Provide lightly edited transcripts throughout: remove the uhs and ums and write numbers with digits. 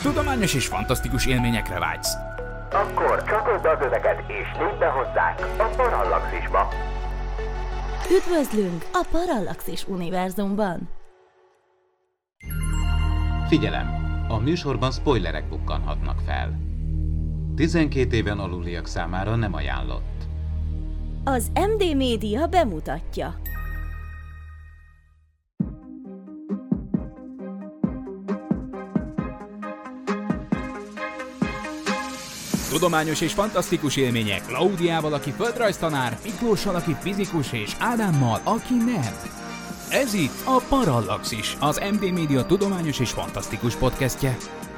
Tudományos és fantasztikus élményekre vágysz? Akkor csatold az öveket és lépj be hozzánk a Parallaxisba! Üdvözlünk a Parallaxis univerzumban! Figyelem! A műsorban spoilerek bukkanhatnak fel. 12 éven aluliak számára nem ajánlott. Az MD Média bemutatja. Tudományos és fantasztikus élmények Klaudiával, aki földrajztanár, Miklóssal, aki fizikus, és Ádámmal, aki nem. Ez itt a Parallaxis, az MD Média tudományos és fantasztikus podcastje.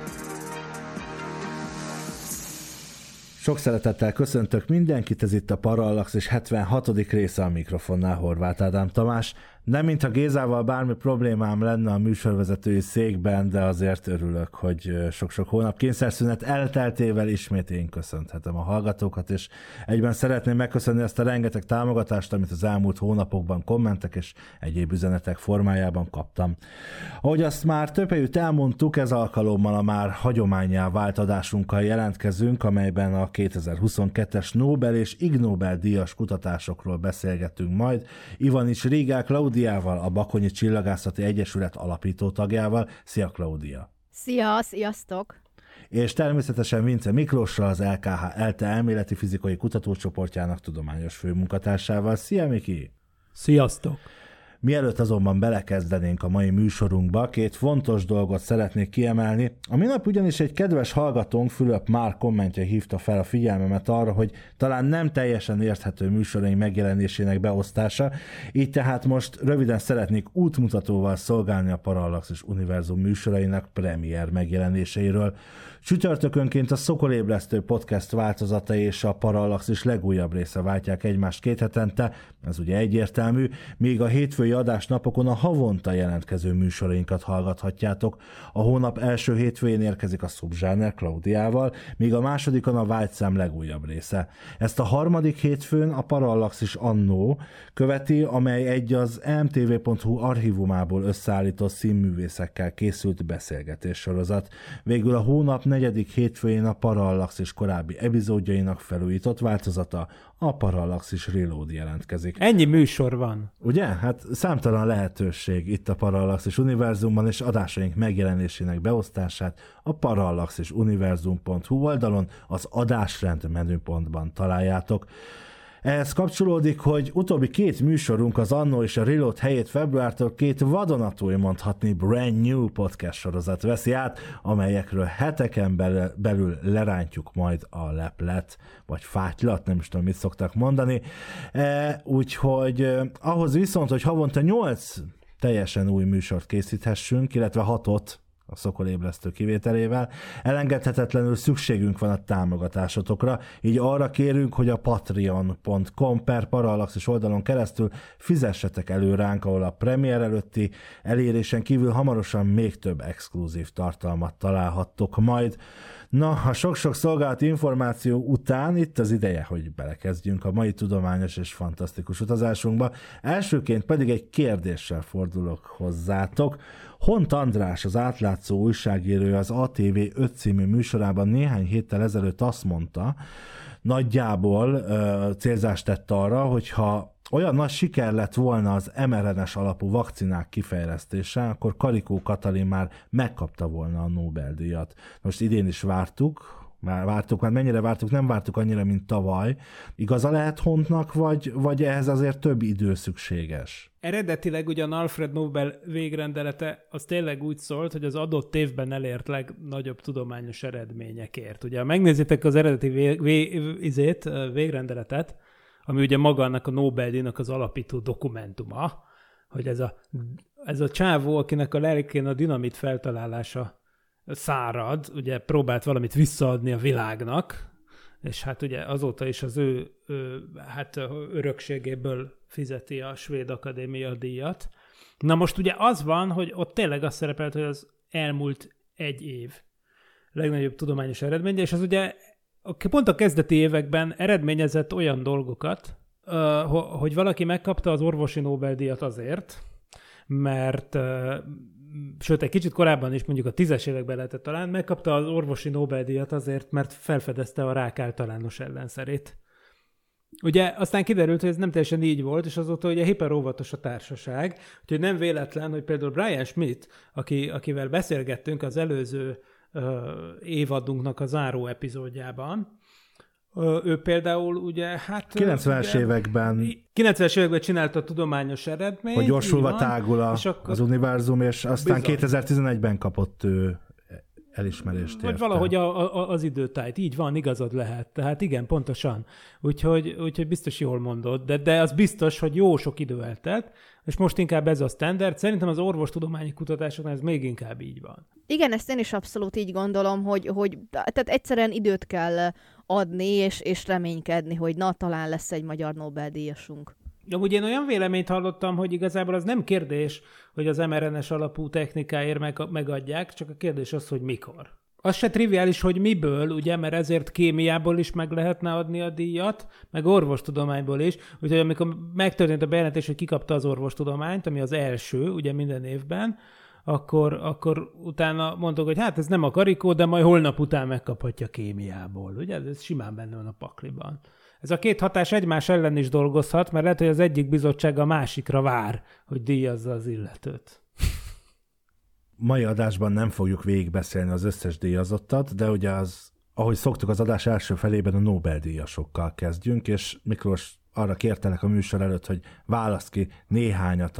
Sok szeretettel köszöntök mindenkit, ez itt a Parallaxis 76. része, a mikrofonnál Horváth Ádám Tamás. Nem mintha Gézával bármi problémám lenne a műsorvezetői székben, de azért örülök, hogy sok-sok hónap kényszerszünet elteltével ismét én köszönhetem a hallgatókat, és egyben szeretném megköszönni ezt a rengeteg támogatást, amit az elmúlt hónapokban kommentek és egyéb üzenetek formájában kaptam. Ahogy azt már több helyütt elmondtuk, ez alkalommal a már hagyománnyá vált adásunkkal jelentkezünk, amelyben a 2022-es Nobel és Ig Nobel-díjas kutatásokról beszélgetünk majd. Ivanics Rigál Klaudiával, a Bakonyi Csillagászati Egyesület alapító tagjával. Szia, Klaudia! Szia, sziasztok! És természetesen Vince Miklóssal, az LKH ELTE elméleti fizikai kutatócsoportjának tudományos főmunkatársával. Szia, Miki! Sziasztok! Mielőtt azonban belekezdenénk a mai műsorunkba, két fontos dolgot szeretnék kiemelni. A minap ugyanis egy kedves hallgatónk, Fülöp Márk kommentje hívta fel a figyelmemet arra, hogy talán nem teljesen érthető műsoraink megjelenésének beosztása, így tehát most röviden szeretnék útmutatóval szolgálni a Parallaxis univerzum műsorainak premier megjelenéseiről. Csütörtökönként a Szokolébresztő podcast változata és a Parallaxis legújabb része váltják egymást két hetente, ez ugye egyértelmű, míg a hétfői adásnapokon a havonta jelentkező műsorainkat hallgathatjátok. A hónap első hétfőjén érkezik a Subzsáner Klaudiával, míg a másodikon a Vágyszám legújabb része. Ezt a harmadik hétfőn a Parallaxis Annó követi, amely egy az emtv.hu archívumából összeállított színművészekkel készült beszélgetéssorozat. Végül a hónap negyedik hétfőjén a Parallaxis korábbi epizódjainak felújított változata, a Parallaxis Reload jelentkezik. Ennyi műsor van. Ugye? Hát számtalan lehetőség itt a Parallaxis univerzumban, és adásaink megjelenésének beosztását a parallaxisuniverzum.hu oldalon az adásrend menüpontban találjátok. Ehhez kapcsolódik, hogy utóbbi két műsorunk, az Annó és a Reload helyét februártól két vadonatúj, mondhatni brand new podcast sorozat veszi át, amelyekről heteken belül lerántjuk majd a leplet, vagy fátylat, nem is tudom, mit szoktak mondani. Úgyhogy ahhoz viszont, hogy havonta 8 teljesen új műsort készíthessünk, illetve 6-ot, a Szokolébresztő kivételével, elengedhetetlenül szükségünk van a támogatásotokra, így arra kérünk, hogy a patreon.com/Parallaxis oldalon keresztül fizessetek elő ránk, ahol a premier előtti elérésen kívül hamarosan még több exkluzív tartalmat találhattok majd. Na, a sok-sok szolgálati információ után itt az ideje, hogy belekezdjünk a mai tudományos és fantasztikus utazásunkba. Elsőként pedig egy kérdéssel fordulok hozzátok. Hont András, az átlátszó újságírója az ATV 5 című műsorában néhány héttel ezelőtt azt mondta, nagyjából célzást tett arra, hogyha olyan nagy siker lett volna az mRNA-s alapú vakcinák kifejlesztése, akkor Karikó Katalin már megkapta volna a Nobel-díjat. Most idén is vártuk, már mennyire vártuk, nem vártuk annyira, mint tavaly. Igaza lehet Hontnak, vagy ehhez azért több idő szükséges? Eredetileg ugyan Alfred Nobel végrendelete az tényleg úgy szólt, hogy az adott évben elért legnagyobb tudományos eredményekért. Ugye, ha megnézitek az eredeti végrendeletet, ami ugye maga annak a Nobel-díjnak az alapító dokumentuma, hogy ez a csávó, akinek a lelkén a dinamit feltalálása szárad, ugye próbált valamit visszaadni a világnak, és hát ugye azóta is az ő örökségéből fizeti a Svéd Akadémia díjat. Na most ugye az van, hogy ott tényleg az szerepelt, hogy az elmúlt egy év legnagyobb tudományos eredménye, és az ugye pont a kezdeti években eredményezett olyan dolgokat, hogy valaki megkapta az orvosi Nobel-díjat azért, mert sőt, egy kicsit korábban is, mondjuk a 10-es években lehetett talán, megkapta az orvosi Nobel-díjat azért, mert felfedezte a rák általános ellenszerét. Ugye aztán kiderült, hogy ez nem teljesen így volt, és azóta ugye hiperóvatos a társaság, úgyhogy nem véletlen, hogy például Brian Schmidt, akivel beszélgettünk az előző évadunknak a záró epizódjában, ő például ugye, 90-es években 90-es években csinálta a tudományos eredményt. Hogy gyorsulva tágul az univerzum, és aztán bizony. 2011-ben kapott ő elismerést. Vagy valahogy az időtájt. Így van, igazad lehet. Tehát igen, pontosan. Úgyhogy biztos jól mondod, de az biztos, hogy jó sok idő eltelt, és most inkább ez a standard. Szerintem az orvostudományi kutatásoknál ez még inkább így van. Igen, ezt én is abszolút így gondolom, hogy tehát egyszerűen időt kell adni, és reménykedni, hogy na, talán lesz egy magyar Nobel-díjasunk. Amúgy én olyan véleményt hallottam, hogy igazából az nem kérdés, hogy az mRNA-s alapú technikáért megadják, csak a kérdés az, hogy mikor. Az se triviális, hogy miből, ugye, mert ezért kémiából is meg lehetne adni a díjat, meg orvostudományból is. Úgyhogy amikor megtörtént a bejelentés, hogy kikapta az orvostudományt, ami az első, ugye minden évben, akkor utána mondtuk, hogy hát ez nem a karikó, de majd holnap után megkaphatja kémiából. Ugye, ez simán benne van a pakliban. Ez a két hatás egymás ellen is dolgozhat, mert lehet, hogy az egyik bizottság a másikra vár, hogy díjazza az illetőt. Mai adásban nem fogjuk végigbeszélni az összes díjazottat, de ugye ahogy szoktuk, az adás első felében a Nobel-díjasokkal kezdjünk, és Miklós, arra kértelek a műsor előtt, hogy válasz ki néhányat,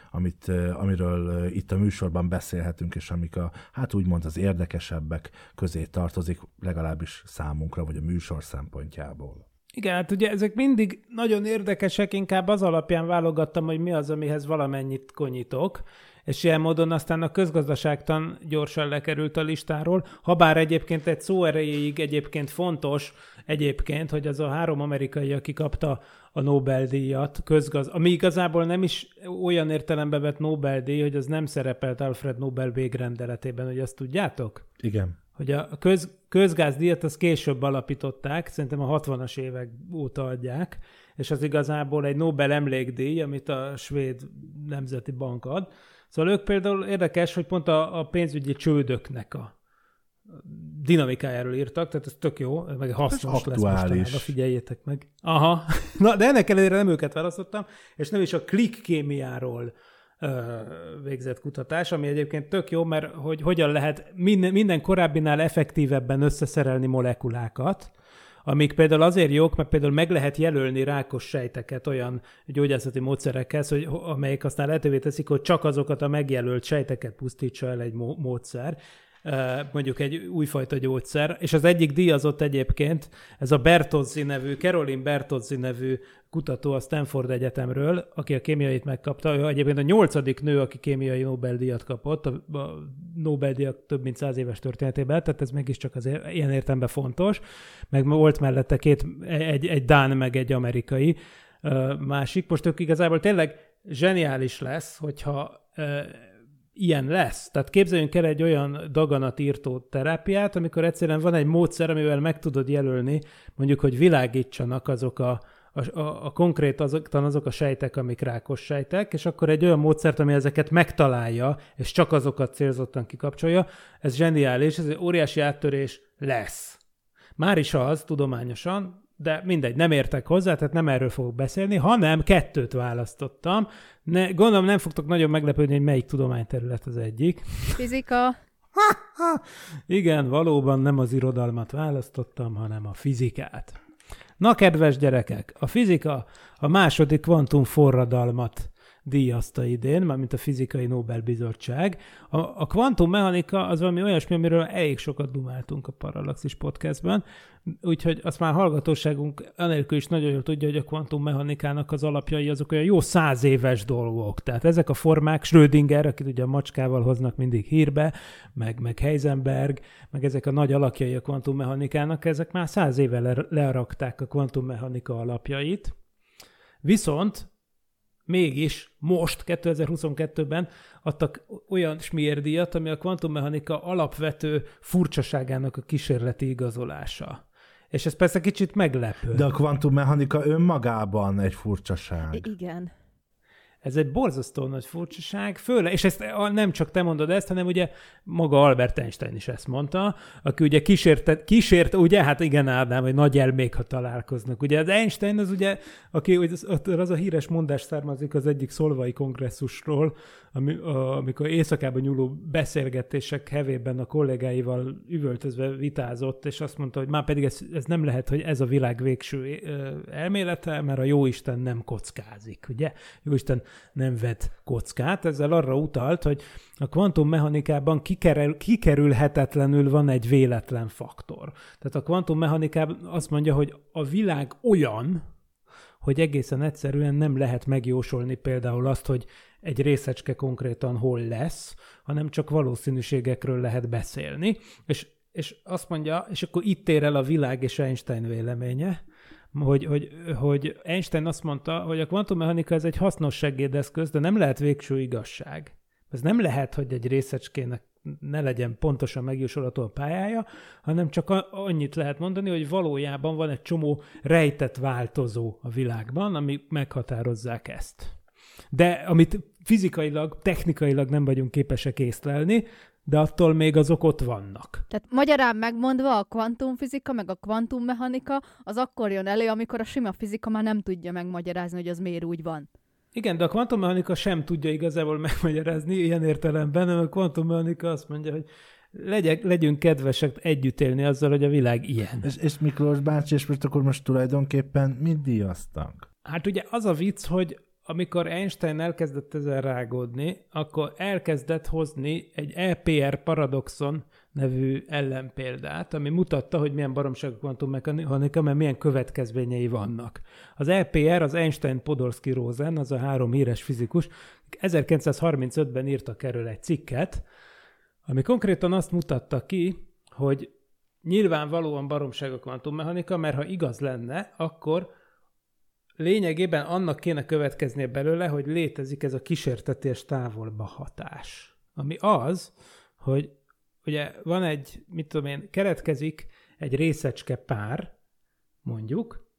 amiről itt a műsorban beszélhetünk, és amik úgymond az érdekesebbek közé tartozik, legalábbis számunkra, vagy a műsor szempontjából. Igen, hát ugye ezek mindig nagyon érdekesek, inkább az alapján válogattam, hogy mi az, amihez valamennyit konyítok, és ilyen módon aztán a közgazdaságtan gyorsan lekerült a listáról, habár egyébként egy szó erejéig egyébként fontos egyébként, hogy az a 3 amerikai, aki kapta a Nobel-díjat, ami igazából nem is olyan értelembe vett Nobel-díj, hogy az nem szerepelt Alfred Nobel végrendeletében, hogy azt tudjátok? Igen. Hogy a közgázdíjat az később alapították, szerintem a 60-as évek óta adják, és az igazából egy Nobel emlékdíj, amit a Svéd Nemzeti Bank ad. Szóval ők például érdekes, hogy pont a pénzügyi csődöknek a dinamikájáról írtak, tehát ez tök jó, meg hasznos lesz mostanában, figyeljétek meg. Aha, na, de ennek ellenére nem őket választottam, és nem is a klik kémiáról végzett kutatás, ami egyébként tök jó, mert hogy hogyan lehet minden korábbinál effektívebben összeszerelni molekulákat, amik például azért jók, mert például meg lehet jelölni rákos sejteket olyan gyógyászati módszerekhez, amelyek aztán lehetővé teszik, hogy csak azokat a megjelölt sejteket pusztítsa el egy módszer, mondjuk egy újfajta gyógyszer, és az egyik díjazott egyébként, ez a Bertozzi nevű, Caroline Bertozzi nevű kutató a Stanford Egyetemről, aki a kémiait megkapta, ő egyébként a 8. nő, aki kémiai Nobel-díjat kapott, a Nobel-díjak több mint 100 éves történetében, tehát ez mégiscsak azért ilyen értelemben fontos, meg volt mellette egy dán, meg egy amerikai másik. Most ők igazából tényleg zseniális lesz, hogyha ilyen lesz. Tehát képzeljünk el egy olyan daganatírtó terápiát, amikor egyszerűen van egy módszer, amivel meg tudod jelölni, mondjuk, hogy világítsanak azok azok a sejtek, amik rákos sejtek, és akkor egy olyan módszert, ami ezeket megtalálja, és csak azokat célzottan kikapcsolja, ez zseniális, ez egy óriási áttörés lesz. Már is az, tudományosan, de mindegy, nem értek hozzá, tehát nem erről fogok beszélni, hanem 2 választottam. Gondolom nem fogtok nagyon meglepődni, hogy melyik tudományterület az egyik. Fizika. Igen, valóban nem az irodalmat választottam, hanem a fizikát. Na, kedves gyerekek, a fizika a második kvantumforradalmat díjazta idén, mármint a Fizikai Nobel-bizottság. A kvantummechanika az valami olyasmi, amiről elég sokat dumáltunk a Parallaxis podcastben, úgyhogy azt már hallgatóságunk anélkül is nagyon jól tudja, hogy a kvantummechanikának az alapjai azok olyan jó 100 éves dolgok. Tehát ezek a formák, Schrödinger, akit ugye a macskával hoznak mindig hírbe, meg Heisenberg, meg ezek a nagy alakjai a kvantummechanikának, ezek már 100 éve lerakták a kvantummechanika alapjait. Viszont mégis most, 2022-ben adtak olyan Schmier-díjat, ami a kvantummechanika alapvető furcsaságának a kísérleti igazolása. És ez persze kicsit meglepő. De a kvantummechanika önmagában egy furcsaság. Igen. Ez egy borzasztó nagy furcsaság, és ezt nem csak te mondod ezt, hanem ugye maga Albert Einstein is ezt mondta, aki ugye kísért, ugye, hát igen, Ádám, hogy nagy elmék, ha találkoznak. Ugye az Einstein az ugye, aki az a híres mondás származik az egyik szolvai kongresszusról, amikor éjszakában nyúló beszélgetések hevében a kollégáival üvöltözve vitázott, és azt mondta, hogy már pedig ez nem lehet, hogy ez a világ végső elmélete, mert a Jóisten nem kockázik, ugye? Jóisten nem vet kockát, ezzel arra utalt, hogy a kvantummechanikában kikerülhetetlenül van egy véletlen faktor. Tehát a kvantummechanikában azt mondja, hogy a világ olyan, hogy egészen egyszerűen nem lehet megjósolni például azt, hogy egy részecske konkrétan hol lesz, hanem csak valószínűségekről lehet beszélni. És azt mondja, és akkor itt ér el a világ és Einstein véleménye, hogy Einstein azt mondta, hogy a kvantummechanika ez egy hasznos segédeszköz, de nem lehet végső igazság. Ez nem lehet, hogy egy részecskének ne legyen pontosan megjósolható a pályája, hanem csak annyit lehet mondani, hogy valójában van egy csomó rejtett változó a világban, ami meghatározzák ezt. De amit fizikailag, technikailag nem vagyunk képesek észlelni, de attól még azok ott vannak. Tehát magyarán megmondva a kvantumfizika meg a kvantummechanika az akkor jön elő, amikor a sima fizika már nem tudja megmagyarázni, hogy az miért úgy van. Igen, de a kvantummechanika sem tudja igazából megmagyarázni ilyen értelemben, a kvantummechanika azt mondja, hogy legyünk kedvesek együtt élni azzal, hogy a világ ilyen. És Miklós bácsi, és most tulajdonképpen mit díjaztak? Hát ugye az a vicc, hogy amikor Einstein elkezdett ezen rágódni, akkor elkezdett hozni egy EPR paradoxon nevű ellenpéldát, ami mutatta, hogy milyen baromság a kvantummechanika, mert milyen következményei vannak. Az EPR, az Einstein-Podolsky-Rosen, az a 3 híres fizikus, 1935-ben írtak erről egy cikket, ami konkrétan azt mutatta ki, hogy nyilvánvalóan baromság a kvantummechanika, mert ha igaz lenne, akkor lényegében annak kéne következnie belőle, hogy létezik ez a kísérteties távolba hatás. Ami az, hogy ugye van egy, keretkezik egy részecske pár, mondjuk,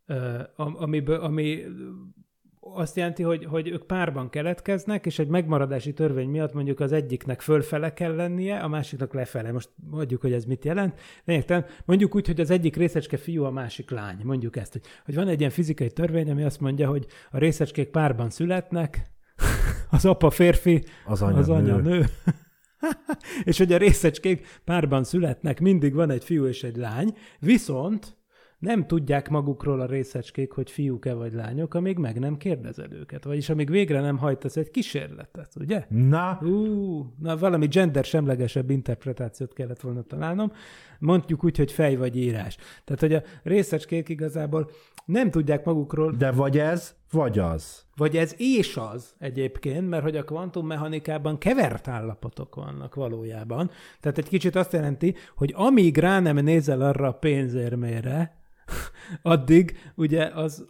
ami azt jelenti, hogy ők párban keletkeznek, és egy megmaradási törvény miatt mondjuk az egyiknek fölfele kell lennie, a másiknak lefele. Most mondjuk, hogy ez mit jelent. Lényegtelen, mondjuk úgy, hogy az egyik részecske fiú, a másik lány. Mondjuk ezt, hogy van egy ilyen fizikai törvény, ami azt mondja, hogy a részecskék párban születnek, az apa férfi, az anya nő. És hogy a részecskék párban születnek, mindig van egy fiú és egy lány, viszont nem tudják magukról a részecskék, hogy fiúk-e vagy lányok, amíg meg nem kérdezed őket. Vagyis amíg végre nem hajtasz egy kísérletet, ugye? Na Valami gender-semlegesebb interpretációt kellett volna találnom. Mondjuk úgy, hogy fej vagy írás. Tehát, hogy a részecskék igazából nem tudják magukról... De vagy ez, vagy az. Vagy ez és az egyébként, mert hogy a kvantummechanikában kevert állapotok vannak valójában. Tehát egy kicsit azt jelenti, hogy amíg rá nem nézel arra a pénzérmére, addig ugye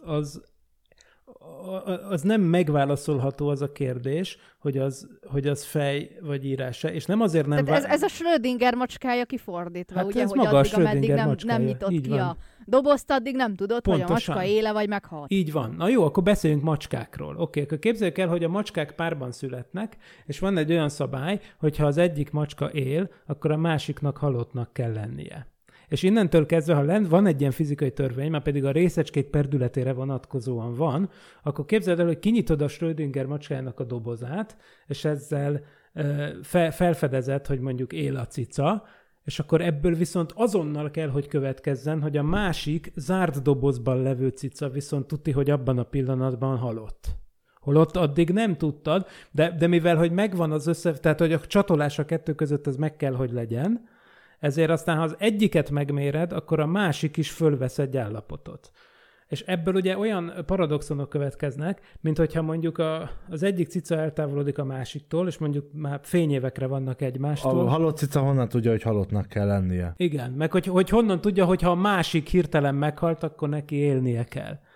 az nem megválaszolható az a kérdés, hogy az fej vagy írása, és nem azért nem... Tehát ez a Schrödinger macskája kifordítva, hát ugye, ez hogy maga addig, ameddig nem nyitott így ki van. a dobozt, addig nem tudod, Pontosan. hogy a macska éle vagy meghalt. Így van. Na jó, akkor beszéljünk macskákról. Oké, akkor képzeljük el, hogy a macskák párban születnek, és van egy olyan szabály, hogy ha az egyik macska él, akkor a másiknak halottnak kell lennie. És innentől kezdve, ha van egy ilyen fizikai törvény, már pedig a részecskék perdületére vonatkozóan van, akkor képzeld el, hogy kinyitod a Schrödinger macskájának a dobozát, és ezzel felfedezed, hogy mondjuk él a cica, és akkor ebből viszont azonnal kell, hogy következzen, hogy a másik zárt dobozban levő cica viszont tudti, hogy abban a pillanatban halott. Holott addig nem tudtad, de mivel, hogy megvan az tehát hogy a csatolás a kettő között az meg kell, hogy legyen, ezért aztán, ha az egyiket megméred, akkor a másik is fölvesz egy állapotot. És ebből ugye olyan paradoxonok következnek, mint hogyha mondjuk az egyik cica eltávolodik a másiktól, és mondjuk már fényévekre vannak egymástól. A halott cica honnan tudja, hogy halottnak kell lennie? Igen, meg hogy honnan tudja, hogy ha a másik hirtelen meghalt, akkor neki élnie kell.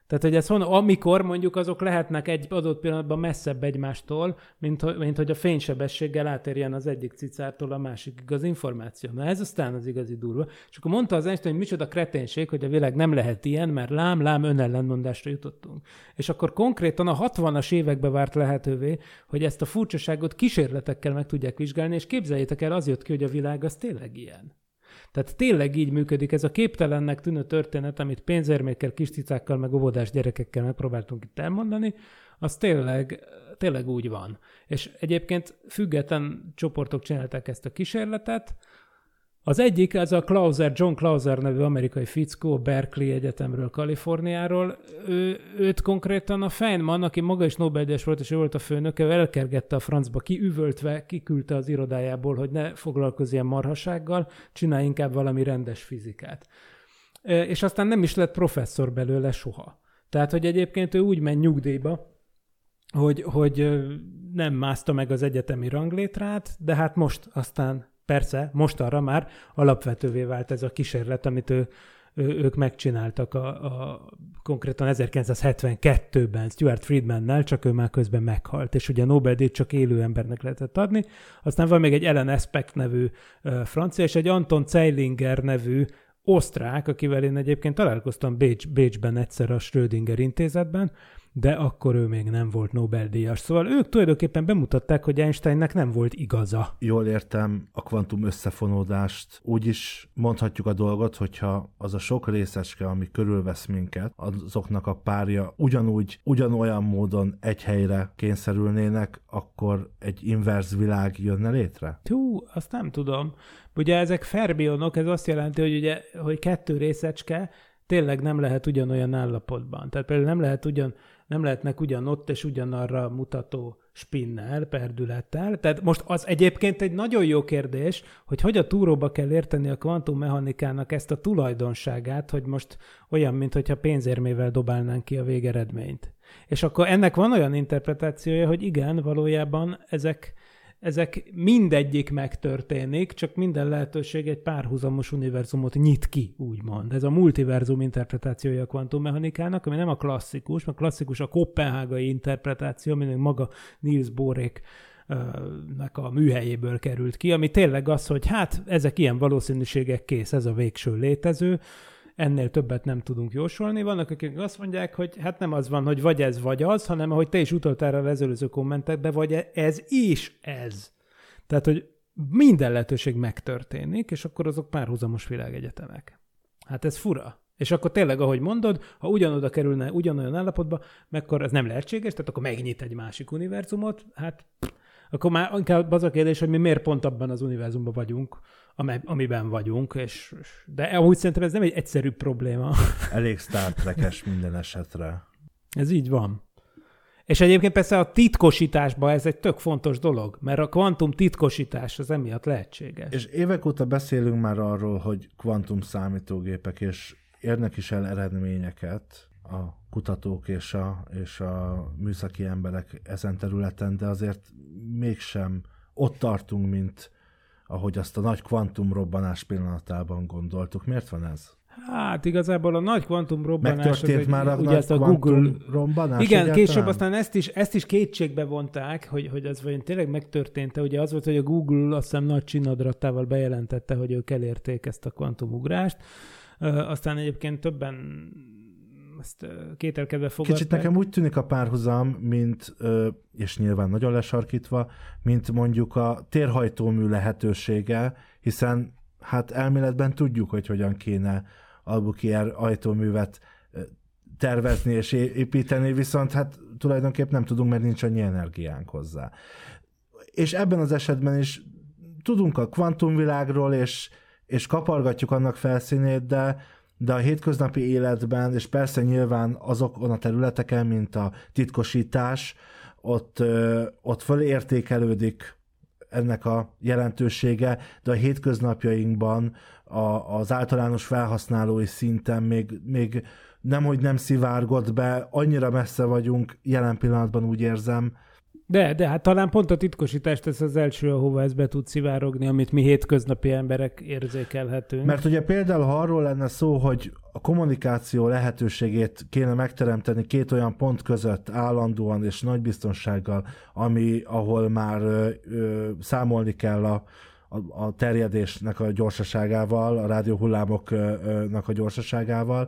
Tehát, hogy ez amikor mondjuk azok lehetnek egy adott pillanatban messzebb egymástól, mint hogy a fénysebességgel átérjen az egyik cicártól a másikig az információ. Na ez aztán az igazi durva. És akkor mondta az Einstein, hogy micsoda kreténség, hogy a világ nem lehet ilyen, mert lám önellenmondásra jutottunk. És akkor konkrétan a 60-as években várt lehetővé, hogy ezt a furcsaságot kísérletekkel meg tudják vizsgálni, és képzeljétek el, az jött ki, hogy a világ az tényleg ilyen. Tehát tényleg így működik ez a képtelennek tűnő történet, amit pénzérmékkel, kis cicákkal, meg óvodás gyerekekkel megpróbáltunk itt elmondani, az tényleg úgy van. És egyébként független csoportok csinálták ezt a kísérletet. Az egyik, ez a John Clauser nevű amerikai fickó, a Berkeley Egyetemről, Kaliforniáról. Őt konkrétan a Feynman, aki maga is Nobel-díjas volt, és ő volt a főnöke, ő elkergette a francba, kiüvöltve, kiküldte az irodájából, hogy ne foglalkozz ilyen marhasággal, csinálj inkább valami rendes fizikát. És aztán nem is lett professzor belőle soha. Tehát, hogy egyébként ő úgy ment nyugdíjba, hogy nem mászta meg az egyetemi ranglétrát, de hát most aztán persze, mostanra már alapvetővé vált ez a kísérlet, amit ők megcsináltak konkrétan 1972-ben Stuart Friedmannel, csak ő már közben meghalt, és ugye a Nobel-díjat csak élő embernek lehetett adni. Aztán van még egy Ellen Aspect nevű francia, és egy Anton Zeilinger nevű osztrák, akivel én egyébként találkoztam Bécsben egyszer a Schrödinger intézetben, de akkor ő még nem volt Nobel-díjas. Szóval ők tulajdonképpen bemutatták, hogy Einsteinnek nem volt igaza. Jól értem a kvantum összefonódást. Úgy is mondhatjuk a dolgot, hogyha az a sok részecske, ami körülvesz minket, azoknak a párja ugyanolyan módon egy helyre kényszerülnének, akkor egy inverz világ jönne létre? Azt nem tudom. Ugye ezek fermionok, ez azt jelenti, hogy kettő részecske tényleg nem lehet ugyanolyan állapotban. Tehát például nem lehetnek ugyanott és ugyanarra mutató spinnel, perdülettel. Tehát most az egyébként egy nagyon jó kérdés, hogy a túróba kell érteni a kvantummechanikának ezt a tulajdonságát, hogy most olyan, mintha pénzérmével dobálnánk ki a végeredményt. És akkor ennek van olyan interpretációja, hogy igen, valójában ezek mindegyik megtörténik, csak minden lehetőség egy párhuzamos univerzumot nyit ki, úgymond. Ez a multiverzum interpretációja a kvantummechanikának, ami nem a klasszikus, mert klasszikus a koppenhágai interpretáció, aminek maga Niels Bohrnak a műhelyéből került ki, ami tényleg az, hogy hát ezek ilyen valószínűségek, kész, ez a végső létező, ennél többet nem tudunk jósolni. Vannak, akik azt mondják, hogy hát nem az van, hogy vagy ez, vagy az, hanem ahogy te is utaltál rá az előző kommentekbe, vagy ez is ez. Tehát, hogy minden lehetőség megtörténik, és akkor azok párhuzamos világegyetemek. Hát ez fura. És akkor tényleg, ahogy mondod, ha ugyanoda kerülne ugyanolyan állapotba, akkor ez nem lehetséges, tehát akkor megnyit egy másik univerzumot, hát akkor már inkább az a kérdés, hogy mi miért pont abban az univerzumban vagyunk, amiben vagyunk, de amúgy szerintem ez nem egy egyszerű probléma. Elég Star Trek-es minden esetre. Ez így van. És egyébként persze a titkosításban ez egy tök fontos dolog, mert a kvantum titkosítás az emiatt lehetséges. És évek óta beszélünk már arról, hogy kvantum számítógépek, és érnek is el eredményeket a kutatók és a műszaki emberek ezen területen, de azért mégsem ott tartunk, mint ahogy azt a nagy kvantumrobbanás pillanatában gondoltuk. Miért van ez? Hát igazából a nagy kvantumrobbanás... Megtörtént már a nagy kvantumrobbanás? Igen, egyáltalán? Később aztán ezt is kétségbe vonták, hogy ez vajon tényleg megtörtént. Ugye az volt, hogy a Google azt hiszem nagy csinadrattával bejelentette, hogy ők elérték ezt a kvantumugrást. Aztán egyébként többen ezt kételkedve fogadták. Kicsit nekem úgy tűnik a párhuzam, mint, és nyilván nagyon lesarkítva, mint mondjuk a térhajtómű lehetősége, hiszen hát elméletben tudjuk, hogy hogyan kéne Albuquerque ajtóművet tervezni és építeni, viszont hát tulajdonképp nem tudunk, mert nincs annyi energiánk hozzá. És ebben az esetben is tudunk a kvantumvilágról, és kapargatjuk annak felszínét, de a hétköznapi életben, és persze nyilván azokon a területeken, mint a titkosítás, ott fölértékelődik ennek a jelentősége, de a hétköznapjainkban az általános felhasználói szinten még nemhogy nem szivárgott be, annyira messze vagyunk, jelen pillanatban úgy érzem, De hát talán pont a titkosítást ez az első, ahova ez be tud szivárogni, amit mi hétköznapi emberek érzékelhetünk. Mert ugye például, ha arról lenne szó, hogy a kommunikáció lehetőségét kéne megteremteni két olyan pont között állandóan és nagy biztonsággal, ahol már számolni kell a terjedésnek a gyorsaságával, a rádióhullámoknak a gyorsaságával,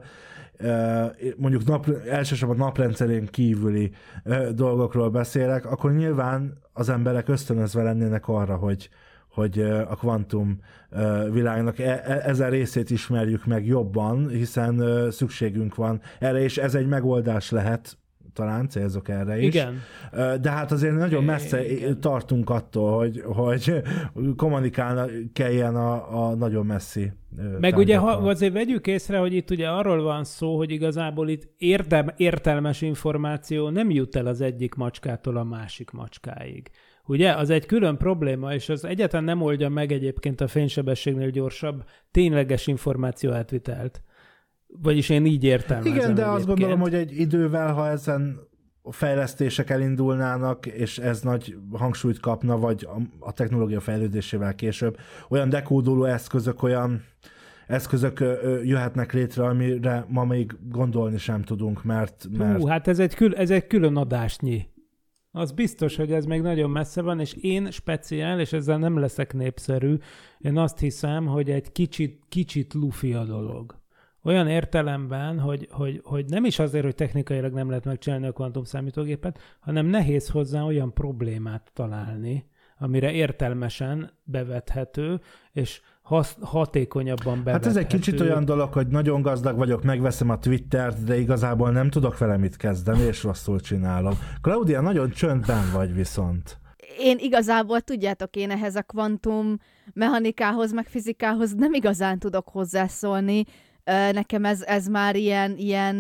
mondjuk elsősorban naprendszerén kívüli dolgokról beszélek, akkor nyilván az emberek ösztönözve lennének arra, hogy a kvantum világnak ezen részét ismerjük meg jobban, hiszen szükségünk van erre, és ez egy megoldás lehet, talán célzok erre is. Igen. De hát azért nagyon messze tartunk attól, hogy kommunikálna kelljen a nagyon messzi meg ugye azért vegyük észre, hogy itt ugye arról van szó, hogy igazából itt értelmes információ nem jut el az egyik macskától a másik macskáig. Ugye? Az egy külön probléma, és az egyáltalán nem oldja meg egyébként a fénysebességnél gyorsabb tényleges információ átvitelt. Vagyis én így értelmezem. Igen, de egyébként. azt gondolom, hogy egy idővel, ha ezen a fejlesztések elindulnának, és ez nagy hangsúlyt kapna, vagy a technológia fejlődésével később, olyan dekódoló eszközök, olyan eszközök jöhetnek létre, amire ma még gondolni sem tudunk, mert... Hát ez egy külön adásnyi. Az biztos, hogy ez még nagyon messze van, és én speciál, és ezzel nem leszek népszerű, én azt hiszem, hogy egy kicsit lufi a dolog. Olyan értelemben, hogy nem is azért, hogy technikailag nem lehet megcsinálni a kvantumszámítógépet, hanem nehéz hozzá olyan problémát találni, amire értelmesen bevethető, és hatékonyabban bevethető. Hát ez egy kicsit olyan dolog, hogy nagyon gazdag vagyok, megveszem a Twittert, de igazából nem tudok vele mit kezdeni, és rosszul csinálom. Claudia, nagyon csöndben vagy viszont. Én igazából, tudjátok, én ehhez a kvantum mechanikához, meg fizikához nem igazán tudok hozzászólni. Nekem ez már ilyen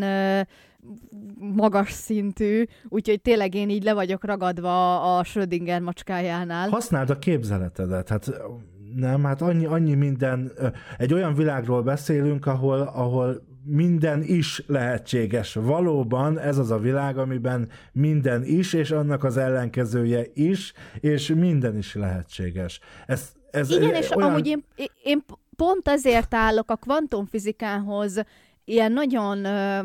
magas szintű, úgyhogy tényleg én így le vagyok ragadva a Schrödinger macskájánál. Használd a képzeletedet, hát nem, hát annyi minden, egy olyan világról beszélünk, ahol minden is lehetséges. Valóban ez az a világ, amiben minden is, és annak az ellenkezője is, és minden is lehetséges. Igen, és olyan... amúgy én pont ezért állok a kvantumfizikához ilyen nagyon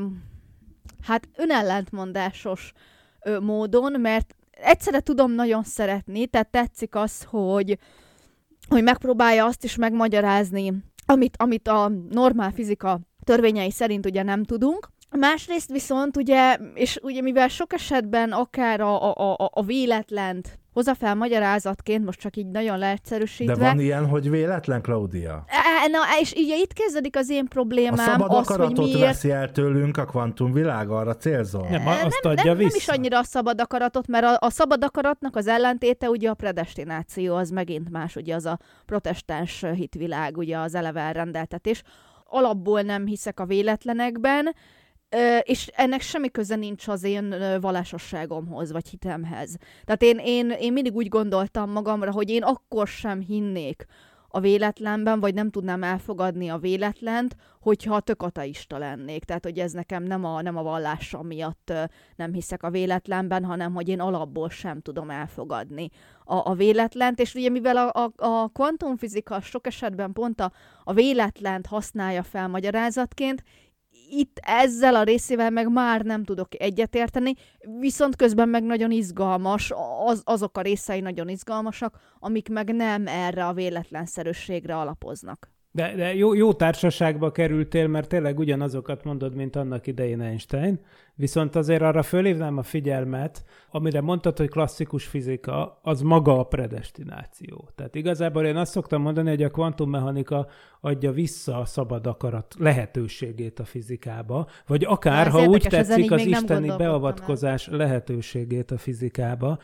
önellentmondásos módon, mert egyszerre tudom nagyon szeretni, tehát tetszik az, hogy megpróbálja azt is megmagyarázni, amit a normál fizika törvényei szerint ugye nem tudunk. Másrészt viszont ugye, és ugye mivel sok esetben akár a véletlent hozza fel magyarázatként, most csak így nagyon leegyszerűsítve. De van ilyen, hogy véletlen, Claudia? Na, és ugye itt kezdődik az én problémám. A szabad akaratot hogy miért... veszi el tőlünk a kvantumvilág, arra célzol? Nem, azt adja vissza. Nem is annyira a szabad akaratot, mert a szabad akaratnak az ellentéte ugye a predestináció, az megint más, ugye az a protestáns hitvilág, ugye az eleve elrendeltetés. Alapból nem hiszek a véletlenekben, és ennek semmi köze nincs az én vallásosságomhoz, vagy hitemhez. Tehát én mindig úgy gondoltam magamra, hogy én akkor sem hinnék a véletlenben, vagy nem tudnám elfogadni a véletlent, hogyha tök ateista lennék. Tehát, hogy ez nekem nem a vallásom miatt nem hiszek a véletlenben, hanem, hogy én alapból sem tudom elfogadni a véletlent. És ugye mivel a kvantumfizika sok esetben pont a véletlent használja fel magyarázatként, itt ezzel a részével meg már nem tudok egyetérteni, viszont közben meg nagyon izgalmas, azok a részei nagyon izgalmasak, amik meg nem erre a véletlenszerűségre alapoznak. De jó társaságba kerültél, mert tényleg ugyanazokat mondod, mint annak idején Einstein, viszont azért arra fölhívnám a figyelmet, amire mondtad, hogy klasszikus fizika, az maga a predestináció. Tehát igazából én azt szoktam mondani, hogy a kvantummechanika adja vissza a szabad akarat lehetőségét a fizikába, vagy akár, ha úgy tetszik, az isteni beavatkozás lehetőségét a fizikába,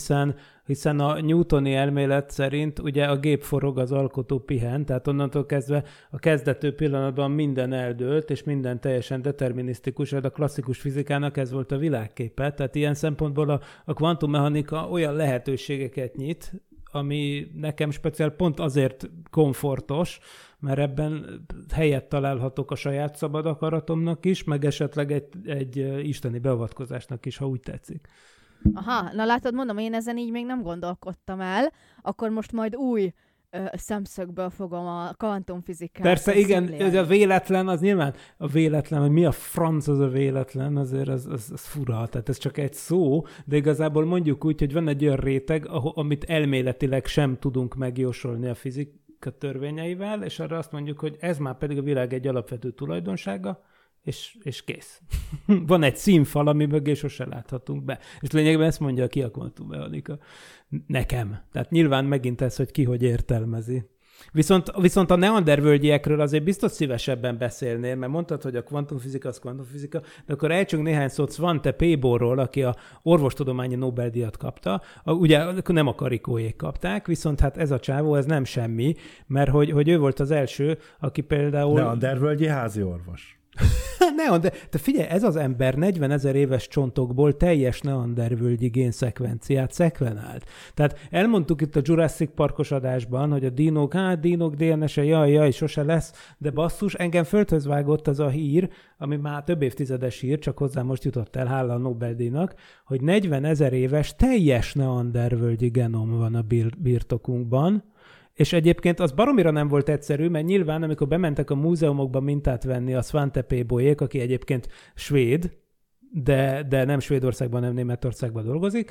hiszen a newtoni elmélet szerint ugye a gép forog, az alkotó pihen, tehát onnantól kezdve a kezdető pillanatban minden eldőlt, és minden teljesen determinisztikus, de a klasszikus fizikának ez volt a világképe, tehát ilyen szempontból a kvantummechanika olyan lehetőségeket nyit, ami nekem speciál pont azért komfortos, mert ebben helyet találhatok a saját szabad akaratomnak is, meg esetleg egy isteni beavatkozásnak is, ha úgy tetszik. Aha, na látod, mondom, én ezen így még nem gondolkodtam el, akkor most majd új szemszögből fogom a kvantumfizikát. Persze, igen, ez a véletlen, az nyilván a véletlen, hogy mi a franc az a véletlen, azért az fura, tehát ez csak egy szó, de igazából mondjuk úgy, hogy van egy olyan réteg, amit elméletileg sem tudunk megjósolni a fizika törvényeivel, és arra azt mondjuk, hogy ez már pedig a világ egy alapvető tulajdonsága, és kész. Van egy színfal, ami mögé sose láthatunk be. És lényegben ezt mondja ki a kvantummechanika. Nekem. Tehát nyilván megint ez, hogy ki hogy értelmezi. Viszont a neandervölgyiekről azért biztos szívesebben beszélnél, mert mondtad, hogy a kvantumfizika az kvantumfizika, de akkor ejtsünk néhány szót Svante Péborról, aki a orvostudományi Nobel-díjat kapta. Ugye nem a Karikóék kapták, viszont hát ez a csávó, ez nem semmi, mert hogy ő volt az első, aki például... Neandervölgyi házi orvos. De figyelj, ez az ember 40 000 éves csontokból teljes neandervölgyi génszekvenciát szekvenált. Tehát elmondtuk itt a Jurassic Parkos adásban, hogy a dinók DNS-e, jaj, sose lesz, de basszus, engem földhöz vágott az a hír, ami már több évtizedes hír, csak hozzá most jutott el, hála a Nobel-díjnak, hogy 40 000 éves teljes neandervölgyi genom van a birtokunkban. És egyébként az baromira nem volt egyszerű, mert nyilván, amikor bementek a múzeumokba mintát venni a Svante Pébolyék, aki egyébként svéd, de nem Svédországban, nem Németországban dolgozik,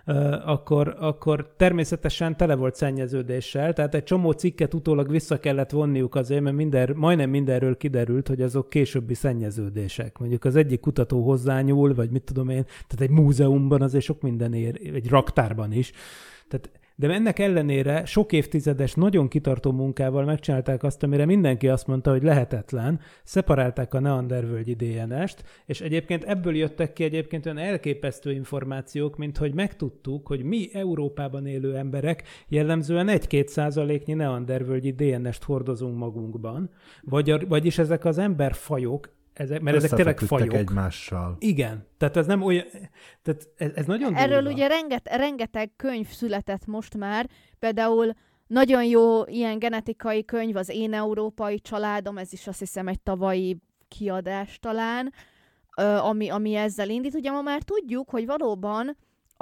akkor természetesen tele volt szennyeződéssel, tehát egy csomó cikket utólag vissza kellett vonniuk azért, mert majdnem mindenről kiderült, hogy azok későbbi szennyeződések. Mondjuk az egyik kutató hozzányúl, vagy mit tudom én, tehát egy múzeumban azért sok minden ér, egy raktárban is. De ennek ellenére sok évtizedes, nagyon kitartó munkával megcsinálták azt, amire mindenki azt mondta, hogy lehetetlen, szeparálták a neandervölgyi DNS-t, és egyébként ebből jöttek ki egyébként olyan elképesztő információk, mint hogy megtudtuk, hogy mi Európában élő emberek jellemzően 1-2% neandervölgyi DNS-t hordozunk magunkban, vagyis ezek az emberfajok, mert ezek tényleg fajok. Egymással. Igen, tehát ez nem olyan, tehát ez nagyon durva. Erről ugye rengeteg könyv született most már, például nagyon jó ilyen genetikai könyv, az Én európai családom, ez is azt hiszem egy tavalyi kiadás talán, ami ezzel indít. Ugye ma már tudjuk, hogy valóban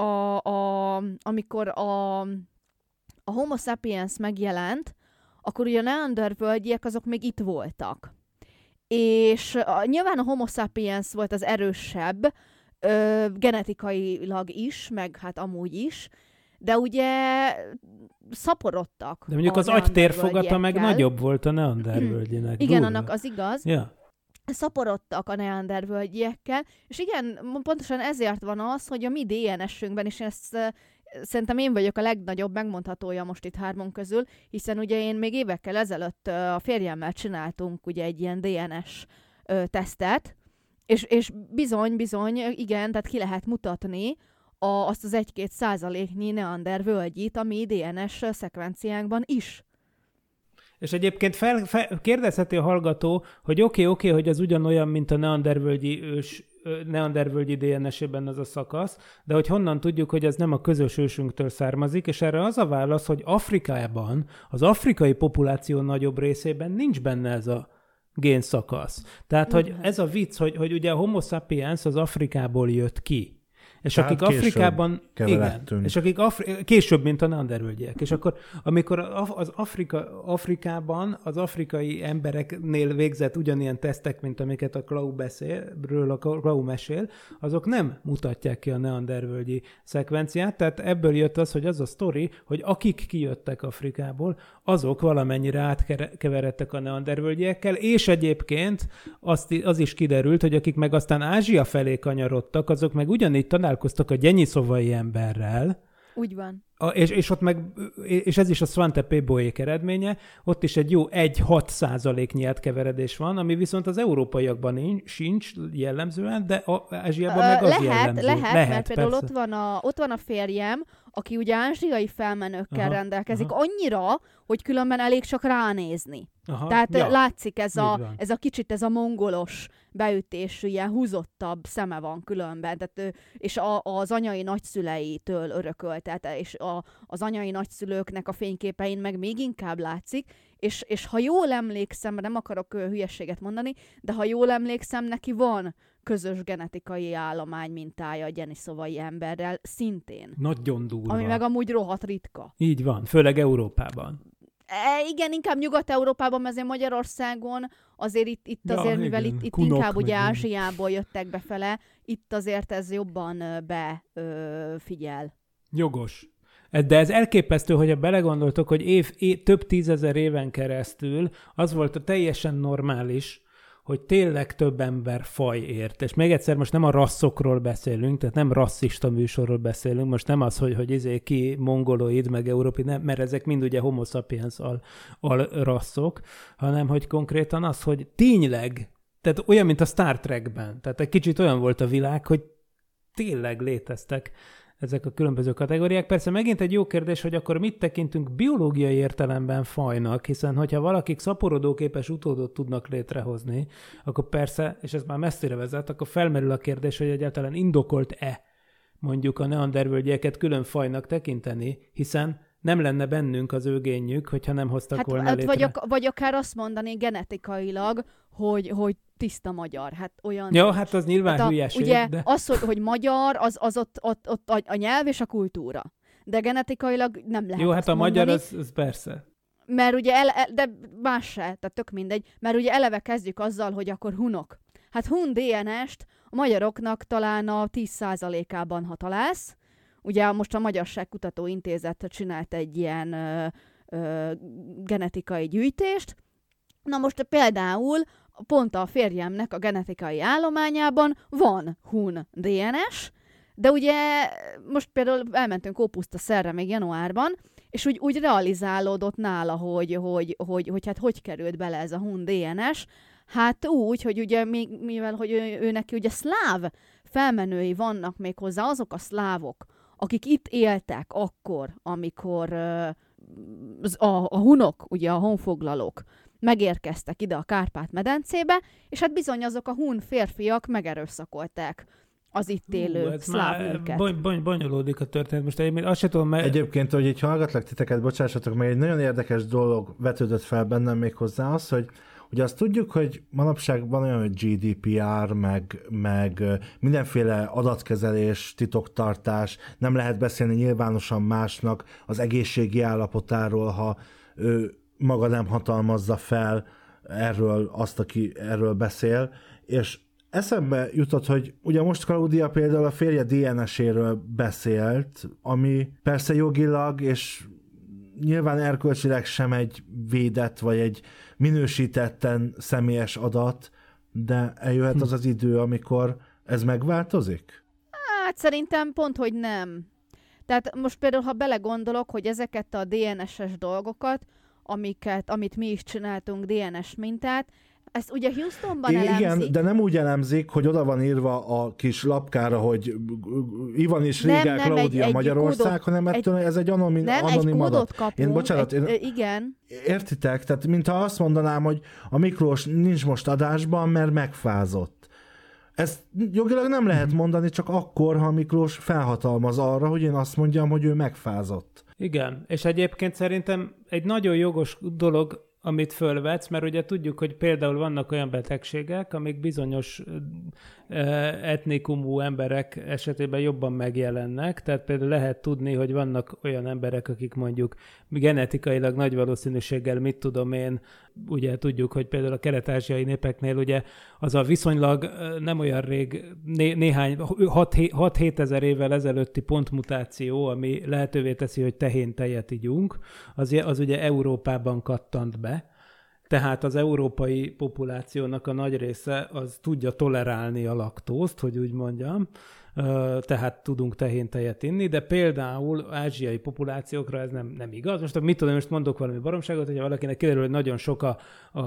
amikor a Homo sapiens megjelent, akkor ugye a neandervölgyiek azok még itt voltak. És nyilván a Homo sapiens volt az erősebb, genetikailag is, meg hát amúgy is, de ugye szaporodtak. De mondjuk az agytérfogata meg nagyobb volt a neandervölgyinek. Igen, annak az igaz. Ja. Szaporodtak a neandervölgyiekkel, és igen, pontosan ezért van az, hogy a mi DNS-ünkben, és ezt szerintem én vagyok a legnagyobb megmondhatója most itt hármon közül, hiszen ugye én még évekkel ezelőtt a férjemmel csináltunk ugye egy ilyen DNS tesztet, és bizony, igen, tehát ki lehet mutatni azt az 1-2%-nyi neandervölgyit a mi DNS szekvenciánkban is. És egyébként kérdezheti a hallgató, hogy oké, hogy az ugyanolyan, mint a neandervölgyi DNS-ében az a szakasz, de hogy honnan tudjuk, hogy ez nem a közös ősünktől származik, és erre az a válasz, hogy Afrikában, az afrikai populáció nagyobb részében nincs benne ez a génszakasz. Tehát, hogy ez a vicc, hogy ugye a Homo sapiens az Afrikából jött ki. És tehát akik Afrikában, igen, és akik később, mint a neandervölgyiek. És akkor, amikor Afrikában az afrikai embereknél végzett ugyanilyen tesztek, mint amiket a Clau mesél, azok nem mutatják ki a neandervölgyi szekvenciát, tehát ebből jött az, hogy az a sztori, hogy akik kijöttek Afrikából, azok valamennyire átkeveredtek a neandervölgyiekkel, és egyébként az is kiderült, hogy akik meg aztán Ázsia felé kanyarodtak, azok meg ugyanígy találkoztak a gyenyiszovai emberrel. Úgy van. És ez is a Svante Pébolyék eredménye, ott is egy jó 1-6%-nyi átkeveredés van, ami viszont az európaiakban sincs jellemzően, de Ázsiában meg az jellemző. Lehet, mert például ott van a férjem, aki ugye ázsiai felmenőkkel rendelkezik, annyira, hogy különben elég csak ránézni. Aha, tehát látszik ez a kicsit ez a mongolos beütésű, ilyen húzottabb szeme van különben, tehát, és az anyai nagyszüleitől örökölt, tehát, és az anyai nagyszülőknek a fényképein meg még inkább látszik, és ha jól emlékszem, nem akarok hülyességet mondani, de ha jól emlékszem, neki van közös genetikai állomány mintája a deniszovai emberrel, szintén. Nagyon durva. Ami meg amúgy rohadt ritka. Így van, főleg Európában. Igen, inkább Nyugat-Európában, mert azért Magyarországon azért itt azért, mivel itt inkább ugye Ázsiából jöttek befele, itt azért ez jobban befigyel. Jogos. De ez elképesztő, hogyha belegondoltok, hogy több tízezer éven keresztül az volt a teljesen normális, hogy tényleg több emberfaj ért. És még egyszer, most nem a rasszokról beszélünk, tehát nem rasszista műsorról beszélünk, most nem az, hogy ki mongoloid, meg európai, nem, mert ezek mind ugye homo sapiens rasszok, hanem hogy konkrétan az, hogy tényleg, tehát olyan, mint a Star Trekben, tehát egy kicsit olyan volt a világ, hogy tényleg léteztek ezek a különböző kategóriák. Persze megint egy jó kérdés, hogy akkor mit tekintünk biológiai értelemben fajnak, hiszen hogyha valakik szaporodóképes utódot tudnak létrehozni, akkor persze, és ez már messzire vezet, akkor felmerül a kérdés, hogy egyáltalán indokolt-e mondjuk a neandervölgyeket külön fajnak tekinteni, hiszen nem lenne bennünk az ő génjük, hogyha nem hoztak volna létre. Vagy akár azt mondani genetikailag, hogy tiszta magyar. Hát olyan... Ja, hát az nyilván hülyeség. Ugye de... az, hogy magyar, az ott a nyelv és a kultúra. De genetikailag nem lehet. Jó, hát a magyar az persze. Mert ugye, de más se, tehát tök mindegy, mert ugye eleve kezdjük azzal, hogy akkor hunok. Hát hun DNS-t a magyaroknak talán a 10%-ában, ha találsz. Ugye most a Magyarság Kutató Intézet csinált egy ilyen genetikai gyűjtést. Na most például pont a férjemnek a genetikai állományában van hun DNS, de ugye most például elmentünk Ópusztaszerre még januárban, és úgy realizálódott nála, hogy hát hogy került bele ez a hun DNS. Hát úgy, hogy ugye mivel hogy ő neki ugye szláv felmenői vannak még hozzá, azok a szlávok, akik itt éltek akkor, amikor a hunok, ugye a honfoglalók megérkeztek ide a Kárpát-medencébe, és hát bizony azok a hun férfiak megerőszakolták az itt élő szláv nőket. Bonyolódik a történet. Most én azt sem tudom, mert... Egyébként, hogy így hallgatlak titeket, bocsássatok, meg egy nagyon érdekes dolog vetődött fel bennem még hozzá az, hogy ugye azt tudjuk, hogy manapság van olyan, hogy GDPR, meg mindenféle adatkezelés, titoktartás, nem lehet beszélni nyilvánosan másnak az egészségi állapotáról, ha ő maga nem hatalmazza fel erről azt, aki erről beszél, és eszembe jutott, hogy ugye most Claudia például a férje DNS-éről beszélt, ami persze jogilag és nyilván erkölcsileg sem egy védett vagy egy minősítetten személyes adat, de eljöhet az idő, amikor ez megváltozik? Hát szerintem pont, hogy nem. Tehát most például, ha belegondolok, hogy ezeket a DNS-es dolgokat, amit mi is csináltunk, DNS mintát, ezt ugye Houstonban elemzik. Igen, de nem úgy elemzik, hogy oda van írva a kis lapkára, hogy Ivan és Rigel Claudia Magyarország, kódot, hanem ettől ez egy anonim adat. Kapunk, Bocsánat, igen. Értitek? Tehát mintha azt mondanám, hogy a Miklós nincs most adásban, mert megfázott. Ezt jogilag nem lehet mondani, csak akkor, ha Miklós felhatalmaz arra, hogy én azt mondjam, hogy ő megfázott. Igen, és egyébként szerintem egy nagyon jogos dolog, amit fölvetsz, mert ugye tudjuk, hogy például vannak olyan betegségek, amik bizonyos etnikumú emberek esetében jobban megjelennek, tehát például lehet tudni, hogy vannak olyan emberek, akik mondjuk genetikailag nagy valószínűséggel, mit tudom én, ugye tudjuk, hogy például a kelet-ázsiai népeknél ugye az a viszonylag nem olyan rég, néhány 6-7 ezer évvel ezelőtti pontmutáció, ami lehetővé teszi, hogy tehéntejet igyunk, az ugye Európában kattant be. Tehát az európai populációnak a nagy része az tudja tolerálni a laktózt, hogy úgy mondjam, tehát tudunk tehén-tejet inni, de például ázsiai populációkra ez nem igaz. Most mondok valami baromságot, hogyha valakinek kiderül, hogy nagyon sok a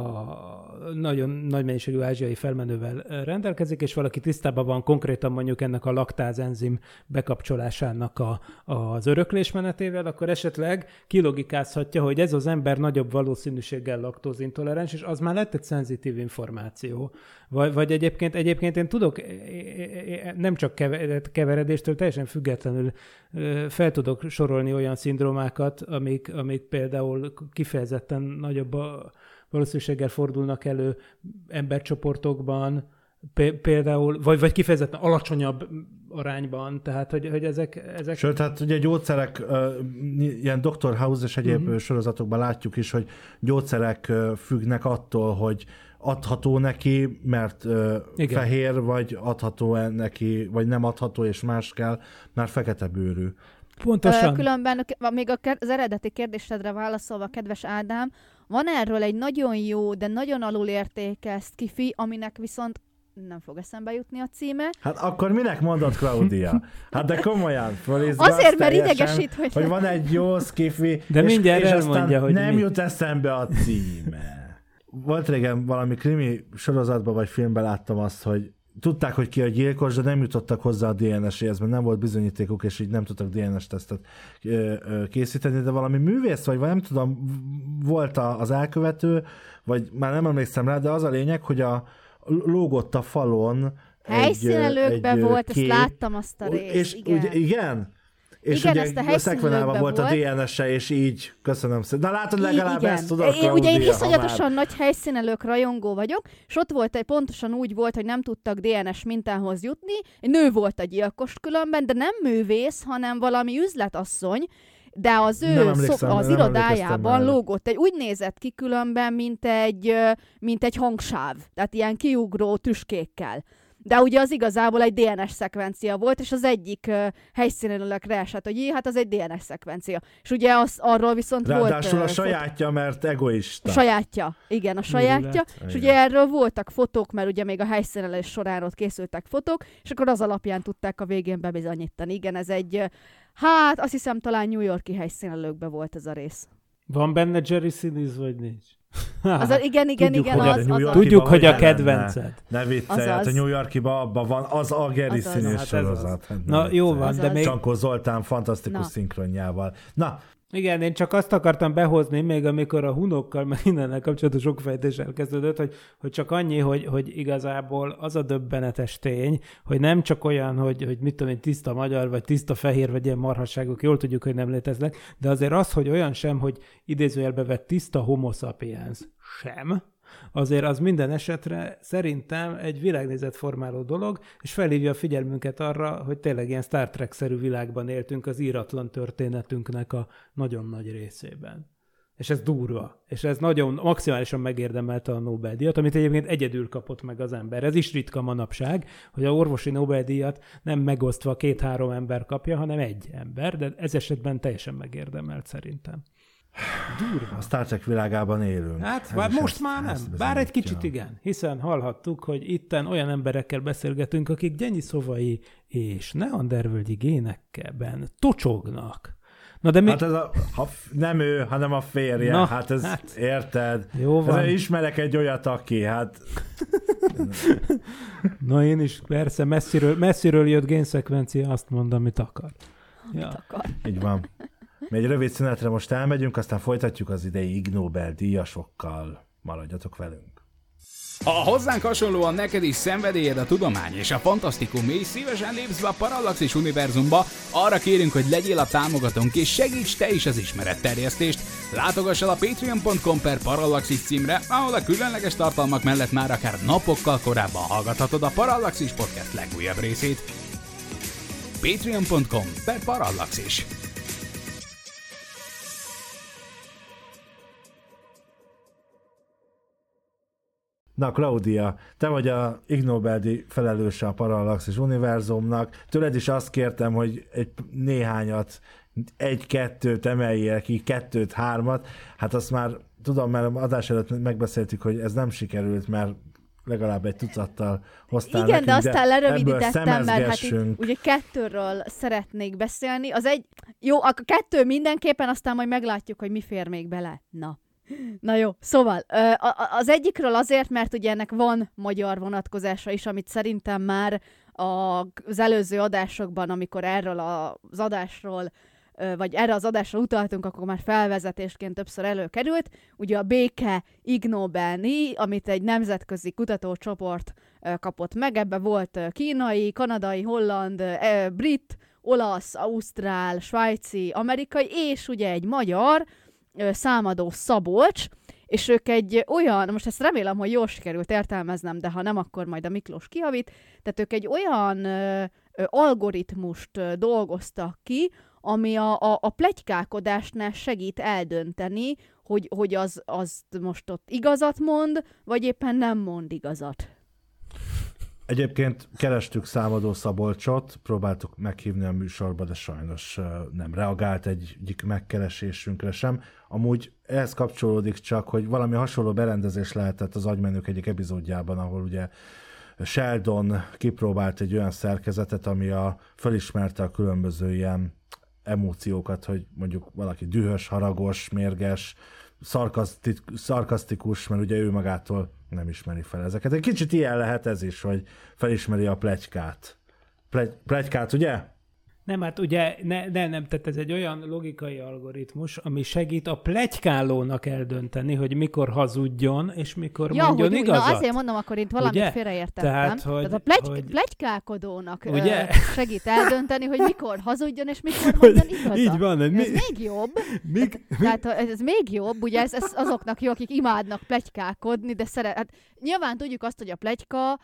nagyon nagy mennyiségű ázsiai felmenővel rendelkezik, és valaki tisztában van konkrétan mondjuk ennek a laktáz enzim bekapcsolásának az öröklésmenetével, akkor esetleg kilogikázhatja, hogy ez az ember nagyobb valószínűséggel laktózintoleráns, és az már lett egy szenzitív információ. Vagy egyébként én tudok nem csak keveredéstől teljesen függetlenül fel tudok sorolni olyan szindrómákat, amik például kifejezetten nagyobb valószínűséggel fordulnak elő embercsoportokban, például, vagy kifejezetten alacsonyabb arányban, tehát hogy ezek... Sőt, hát ugye gyógyszerek, ilyen Dr. House és egyéb sorozatokban látjuk is, hogy gyógyszerek függnek attól, hogy adható neki, mert fehér, vagy adható neki, vagy nem adható, és más kell, mert fekete bőrű. Pontosan. Különben még az eredeti kérdésedre válaszolva, kedves Ádám, van erről egy nagyon jó, de nagyon alulértékelt skifi, aminek viszont nem fog eszembe jutni a címe. Hát akkor minek mondod, Claudia? Hát de komolyan, azért, mert idegesít, hogy van egy jó skifi, de mindjárt és elmondja, hogy nem jut eszembe a címe. Volt régen valami krimi sorozatban vagy filmben láttam azt, hogy tudták, hogy ki a gyilkos, de nem jutottak hozzá a DNS-éhez, mert nem volt bizonyítékuk, és így nem tudtak DNS-tesztet készíteni, de valami művész, vagy nem tudom, volt az elkövető, vagy már nem emlékszem rá, de az a lényeg, hogy lógott a falon helyszínelőkben volt, kép, ezt láttam azt a részt. És igen. Ugye, igen? És igen, ugye a szekvenálva volt a DNS-e, és így, köszönöm szépen. Na látod, legalább igen. Ezt tudod, Claudia, ugye én iszonyatosan nagy helyszínelők rajongó vagyok, és ott volt pontosan úgy volt, hogy nem tudtak DNS mintához jutni. Egy nő volt a gyilkos különben, de nem művész, hanem valami üzletasszony, de az ő az irodájában lógott. Úgy nézett ki különben, mint egy hangsáv. Tehát ilyen kiugró tüskékkel. De ugye az igazából egy DNS szekvencia volt, és az egyik helyszínelőkre esett, hogy hát az egy DNS szekvencia. És ugye arról viszont ráadásul volt... a sajátja, mert egoista. Sajátja, igen, a sajátja. És ugye erről voltak fotók, mert ugye még a helyszínelés során ott készültek fotók, és akkor az alapján tudták a végén bebizonyítani. Igen, ez egy... Hát azt hiszem talán New York-i helyszínelőkben volt ez a rész. Van benne Jerry Sinise, vagy nincs? Igen. Tudjuk, hogy a kedvenced. Ne viccelj, hát a New York-iban abban van az a Gary Sinise sorozat. Na jó van, de még... Csankó Zoltán fantasztikus szinkronjával. Na, igen, én csak azt akartam behozni, még amikor a hunokkal, meg mindennel kapcsolatos okfejtés elkezdődött, hogy csak annyi, hogy igazából az a döbbenetes tény, hogy nem csak olyan, hogy mit tudom én, tiszta magyar, vagy tiszta fehér, vagy ilyen marhasságok, jól tudjuk, hogy nem léteznek, de azért az, hogy olyan sem, hogy idézőjelbe vett tiszta homo sapiens sem, azért az minden esetre szerintem egy világnézetformáló dolog, és felhívja a figyelmünket arra, hogy tényleg ilyen Star Trek-szerű világban éltünk az íratlan történetünknek a nagyon nagy részében. És ez durva. És ez nagyon maximálisan megérdemelte a Nobel-díjat, amit egyébként egyedül kapott meg az ember. Ez is ritka manapság, hogy a orvosi Nobel-díjat nem megosztva 2-3 ember kapja, hanem egy ember, de ez esetben teljesen megérdemelt szerintem. Durva. A Star Trek világában élünk. Hát most már nem. Bár egy kicsit igen. Hiszen hallhattuk, hogy itten olyan emberekkel beszélgetünk, akik Gyenyiszovai és neandervölgyi génekben tocsognak. Na de mi... Hát ez nem ő, hanem a férje. Na, hát érted? Jó van. Ismerek egy olyat, aki, hát... Na én is, persze, messziről jött génszekvencia, azt mondom, amit akar. Így van. Mi egy rövid szünetre most elmegyünk, aztán folytatjuk az idei Ig Nobel-díjasokkal. Maradjatok velünk. Ha hozzánk hasonlóan neked is szenvedélyed a tudomány és a fantasztikum, és szívesen lépsz be a Parallaxis univerzumba, arra kérünk, hogy legyél a támogatónk, és segíts te is az ismeretterjesztést. Látogass el a patreon.com/Parallaxis címre, ahol a különleges tartalmak mellett már akár napokkal korábban hallgathatod a Parallaxis podcast legújabb részét. patreon.com/Parallaxis. Na, Claudia, te vagy a Ig Nobel-díj felelőse a Parallaxis univerzumnak. Tőled is azt kértem, hogy egy néhányat, 1-2-t emeljél ki, 2-3-at. Hát azt már tudom, mert adás előtt megbeszéltük, hogy ez nem sikerült, mert legalább egy tucattal hoztál igen, nekünk, de aztán lerövidítettem, mert hát itt szemezgessünk. ugye 2-ről szeretnék beszélni. Jó, akkor 2 mindenképpen, aztán majd meglátjuk, hogy mi fér még bele. Na jó, szóval az egyikről azért, mert ugye ennek van magyar vonatkozása is, amit szerintem már az előző adásokban, amikor erről az adásról vagy erre az adásra utaltunk, akkor már felvezetésként többször előkerült. Ugye a béke Ig Nobel-díj, amit egy nemzetközi kutatócsoport kapott meg, ebbe volt kínai, kanadai, holland, brit, olasz, ausztrál, svájci, amerikai, és ugye egy magyar, Számadó Szabolcs, és ők egy olyan, most ezt remélem, hogy jól sikerült értelmeznem, de ha nem, akkor majd a Miklós kijavít, tehát ők egy olyan algoritmust dolgoztak ki, ami a pletykálkodásnál segít eldönteni, hogy az most ott igazat mond, vagy éppen nem mond igazat. Egyébként kerestük Számadó Szabolcsot, próbáltuk meghívni a műsorba, de sajnos nem reagált egyik megkeresésünkre sem. Amúgy ehhez kapcsolódik csak, hogy valami hasonló berendezés lehetett az Agymenők egyik epizódjában, ahol ugye Sheldon kipróbált egy olyan szerkezetet, ami felismerte a különböző ilyen emóciókat, hogy mondjuk valaki dühös, haragos, mérges, szarkasztikus, mert ugye ő magától nem ismeri fel ezeket. Egy kicsit ilyen lehet ez is, hogy felismeri a pletykát. Pletykát, ugye? Nem, hát ugye nem, tehát ez egy olyan logikai algoritmus, ami segít a pletykálónak eldönteni, hogy mikor hazudjon, és mikor mondjon igazat. Na azért mondom, akkor itt valamit ugye? félreértettem. Tehát a pletykálkodónak segít eldönteni, hogy mikor hazudjon, és mikor mondjon igazat. Így van. Ez még jobb. Tehát ez még jobb, ugye ez azoknak jó, akik imádnak pletykálkodni, de hát nyilván tudjuk azt, hogy a pletyka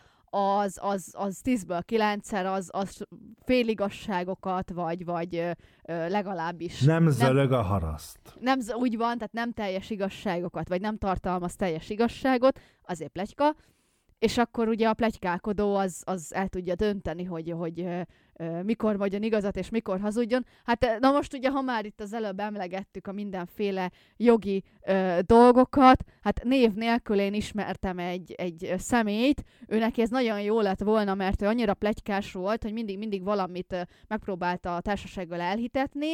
az 10-ből 9-szer az féligasságokat, vagy legalábbis... Nem zölög a haraszt. Úgy van, tehát nem teljes igazságokat, vagy nem tartalmaz teljes igazságot, azért pletyka, és akkor ugye a pletykálkodó az el tudja dönteni, hogy mikor mondjon igazat, és mikor hazudjon. Hát na most ugye, ha már itt az előbb emlegettük a mindenféle jogi dolgokat, hát név nélkül én ismertem egy személyt, őnek ez nagyon jó lett volna, mert ő annyira pletykás volt, hogy mindig valamit megpróbálta a társasággal elhitetni,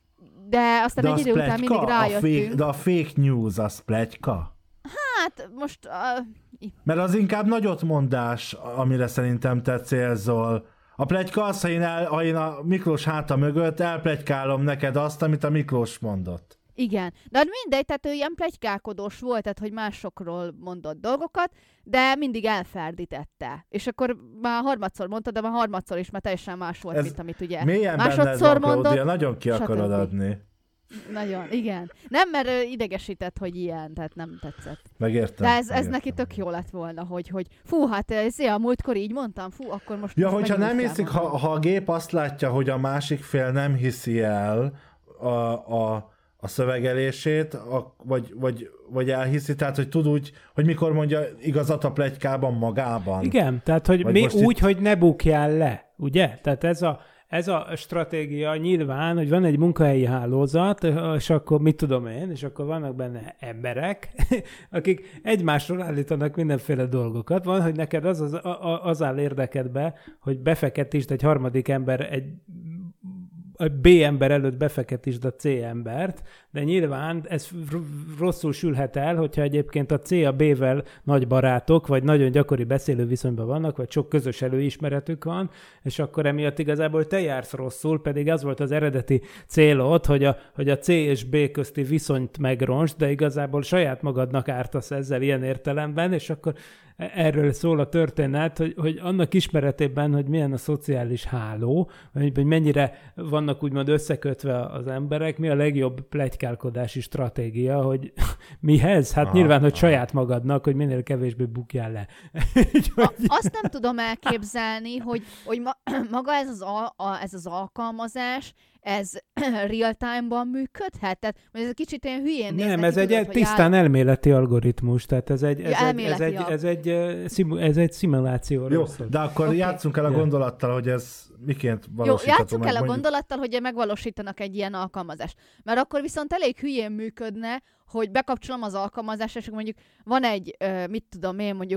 de aztán egy idő után mindig rájöttünk. De a fake news az pletyka? Hát most... Mert az inkább nagyotmondás, amire szerintem te célzol. A pletyka az, ha én a Miklós háta mögött elpletykálom neked azt, amit a Miklós mondott. Igen, de mindegy, tehát ő ilyen pletykálkodós volt, tehát hogy másokról mondott dolgokat, de mindig elferdítette. És akkor már harmadszor mondta, de már harmadszor is, mert teljesen más volt, mint amit ugye másodszor mondott. Klaudia, nagyon ki akarod adni. Nagyon, igen. Nem, mert idegesített, hogy ilyen, tehát nem tetszett. Megértem. De ez neki tök jó lett volna, hogy fú, hát a múltkor így mondtam, akkor most... Ja, hogyha nem hiszik, ha a gép azt látja, hogy a másik fél nem hiszi el a szövegelését, vagy elhiszi, tehát hogy tud úgy, hogy mikor mondja igazat a pletykában magában. Igen, tehát hogy mi úgy, hogy ne bukjál le, ugye? Tehát ez a stratégia nyilván, hogy van egy munkahelyi hálózat, és akkor mit tudom én, és akkor vannak benne emberek, akik egymásról állítanak mindenféle dolgokat. Van, hogy neked az áll érdekedbe, hogy befeketítsd egy harmadik ember, a B ember előtt befeketítsd a C embert, de nyilván ez rosszul sülhet el, hogyha egyébként a C a B-vel nagy barátok, vagy nagyon gyakori beszélő viszonyban vannak, vagy sok közös előismeretük van, és akkor emiatt igazából te jársz rosszul, pedig az volt az eredeti célod, hogy a C és B közti viszonyt megronsd, de igazából saját magadnak ártasz ezzel ilyen értelemben, és akkor erről szól a történet, hogy annak ismeretében, hogy milyen a szociális háló, hogy mennyire vannak úgymond összekötve az emberek, mi a legjobb pletykálkodási stratégia, hogy mihez? Hát nyilván, hogy saját magadnak, hogy minél kevésbé bukjál le. Azt nem tudom elképzelni, hogy maga ez az alkalmazás, ez real-time-ban működhet? Tehát ez egy kicsit ilyen hülyén néz nem, neki, ez egy tisztán elméleti algoritmus, tehát ez egy szimuláció. Jó, de akkor játsszunk el a gondolattal, hogy ez miként valósítható. Jó, játsszunk el a gondolattal, hogy megvalósítanak egy ilyen alkalmazást. Mert akkor viszont elég hülyén működne, hogy bekapcsolom az alkalmazást, és mondjuk van egy, mit tudom én, mondjuk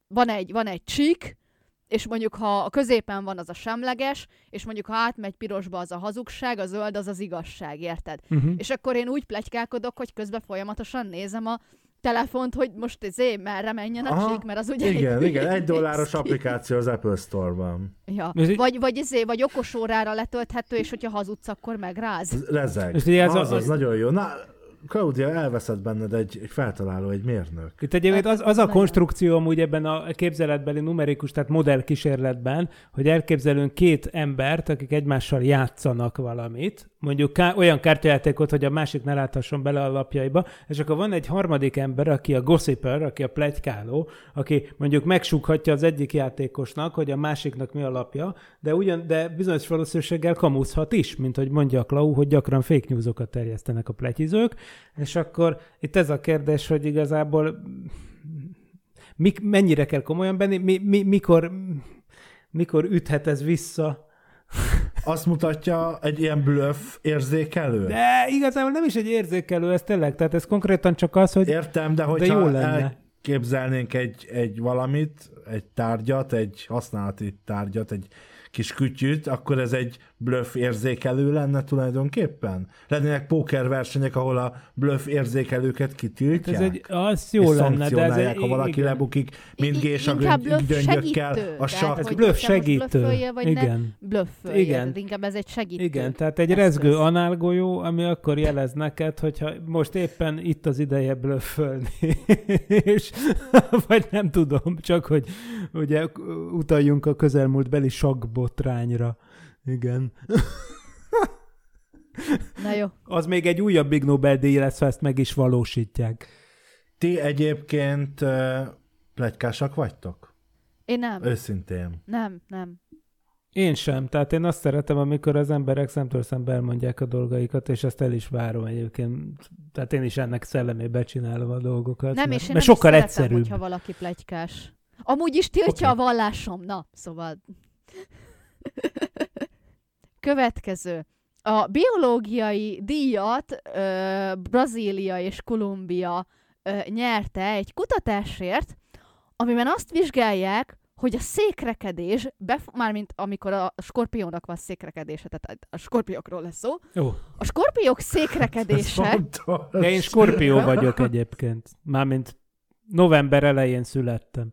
van egy csík, és mondjuk ha a középen van az a semleges, és mondjuk ha átmegy pirosba az a hazugság, a zöld az az igazság, érted? És akkor én úgy pletykálkodok, hogy közben folyamatosan nézem a telefont, hogy most merre menjen a csík, mert az ugye... Igen, $1 applikáció az Apple Store-ban. Ja. Vagy okosórára letölthető, és hogyha hazudsz, akkor megráz. Rezeg. Az nagyon jó. Na, Claudia, elveszett benned egy feltaláló, egy mérnök. Itt egyébként az a konstrukció amúgy ebben a képzeletbeli numerikus, tehát modellkísérletben, hogy elképzelünk két embert, akik egymással játszanak valamit, mondjuk olyan kártyajátékot, hogy a másik ne láthasson bele a lapjaiba, és akkor van egy harmadik ember, aki a gossiper, aki a pletykáló, aki mondjuk megsúghatja az egyik játékosnak, hogy a másiknak mi a lapja, de bizonyos valószínűséggel kamuszhat is, mint hogy mondja a Klau, hogy gyakran fake newsokat terjesztenek a pletyizők, és akkor itt ez a kérdés, hogy igazából mennyire kell komolyan benni, mikor üthet ez vissza? Azt mutatja egy ilyen bluff érzékelő? De igazából nem is egy érzékelő, ez tényleg, tehát ez konkrétan csak az, hogy értem, de hogyha elképzelnénk egy valamit, egy tárgyat, egy használati tárgyat, egy kis kütyűt, akkor ez egy bluff érzékelő lenne tulajdonképpen? Lennének pókerversenyek, ahol a bluff érzékelőket kitiltják? Az jó lenne, de ez ha valaki lebukik mindgés a gyöngyökkel a sakk. Ez bluff segítő. Igen. Blöffölje, inkább ez egy segítő. Igen, tehát egy rezgő análgolyó, ami akkor jelez neked, hogyha most éppen itt az ideje blöffölni. És, vagy nem tudom, csak hogy ugye utaljunk a közelmúltbeli sakkbotrányra. Igen. Na jó. Az még egy újabb Ig Nobel-díj lesz, ha ezt meg is valósítják. Ti egyébként pletykásak vagytok? Én nem. Őszintén. Nem. Én sem. Tehát én azt szeretem, amikor az emberek szemtől szembe elmondják a dolgaikat, és ezt el is várom egyébként. Tehát én is ennek szellemében csinálom a dolgokat. Nem, és én mert nem sokkal is egyszerűbb, hogyha valaki pletykás. Amúgy is tiltja a vallásom. Na, szóval... Következő. A biológiai díjat Brazília és Kolumbia nyerte egy kutatásért, amiben azt vizsgálják, hogy a székrekedés, mármint amikor a skorpiónak van székrekedése, tehát a skorpiókról lesz szó, a skorpiók székrekedése... De én skorpió vagyok egyébként. Mármint november elején születtem.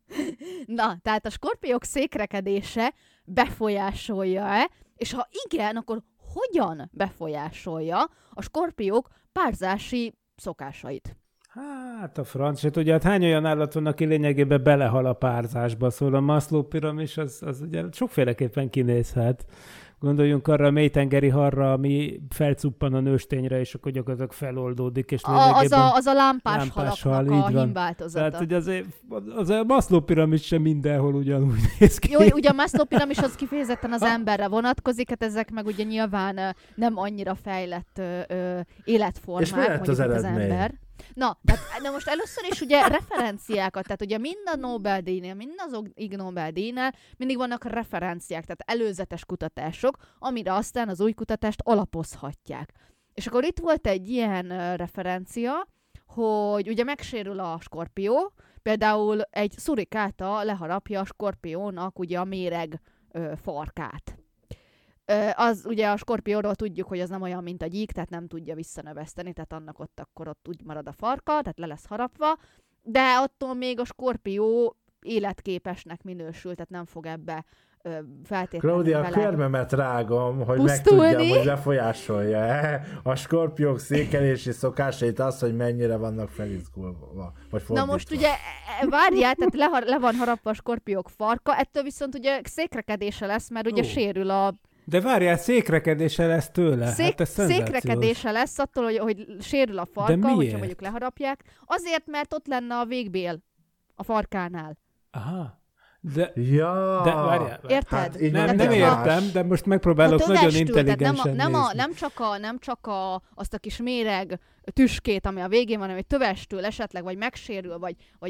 Na, tehát a skorpiók székrekedése befolyásolja-e, és ha igen, akkor hogyan befolyásolja a skorpiók párzási szokásait? Hát a francia, ugye hány olyan állat van, aki lényegében belehal a párzásba, szóval a Maslow-piramis az ugye sokféleképpen kinézhet. Gondoljunk arra a mélytengeri harra, ami felcuppan a nőstényre, és akkor gyakorlatilag feloldódik. És az a lámpás halaknak a hímváltozata. Tehát, hogy az a Maslow-piramis sem mindenhol ugyanúgy néz ki. Jó, ugye a Maslow-piramis az kifejezetten az emberre vonatkozik, hát ezek meg ugye nyilván nem annyira fejlett életformák, mondjuk az ember. Na most először is ugye referenciákat, tehát ugye mind a Nobel-díjnél, mind az Ig Nobel-díjnál mindig vannak referenciák, tehát előzetes kutatások, amire aztán az új kutatást alapozhatják. És akkor itt volt egy ilyen referencia, hogy ugye megsérül a skorpió, például egy szurikáta leharapja a skorpiónak ugye a méreg farkát. Az ugye a skorpióról tudjuk, hogy az nem olyan, mint a gyík, tehát nem tudja visszanöveszteni, tehát annak ott úgy marad a farka, tehát le lesz harapva, de attól még a skorpió életképesnek minősül, tehát nem fog ebbe feltétlenül Claudia, a körmemet rágom, hogy pusztulni. Megtudjam, hogy befolyásolja a skorpiók székelési szokásait az, hogy mennyire vannak felizgulva, vagy fordítva. Na most ugye, várjál, tehát le van harapva a skorpiók farka, ettől viszont ugye székrekedése lesz, mert ugye sérül a... De várjál, székrekedése lesz tőle. Székrekedése lesz attól, hogy sérül a farka, hogyha mondjuk leharapják. Azért, mert ott lenne a végbél a farkánál. Aha. De várjál. Érted? Hát, nem értem, de most megpróbálok nagyon intelligensen nem csak azt a kis méreg tüskét, ami a végén van, hanem hogy tövestől esetleg, vagy megsérül, vagy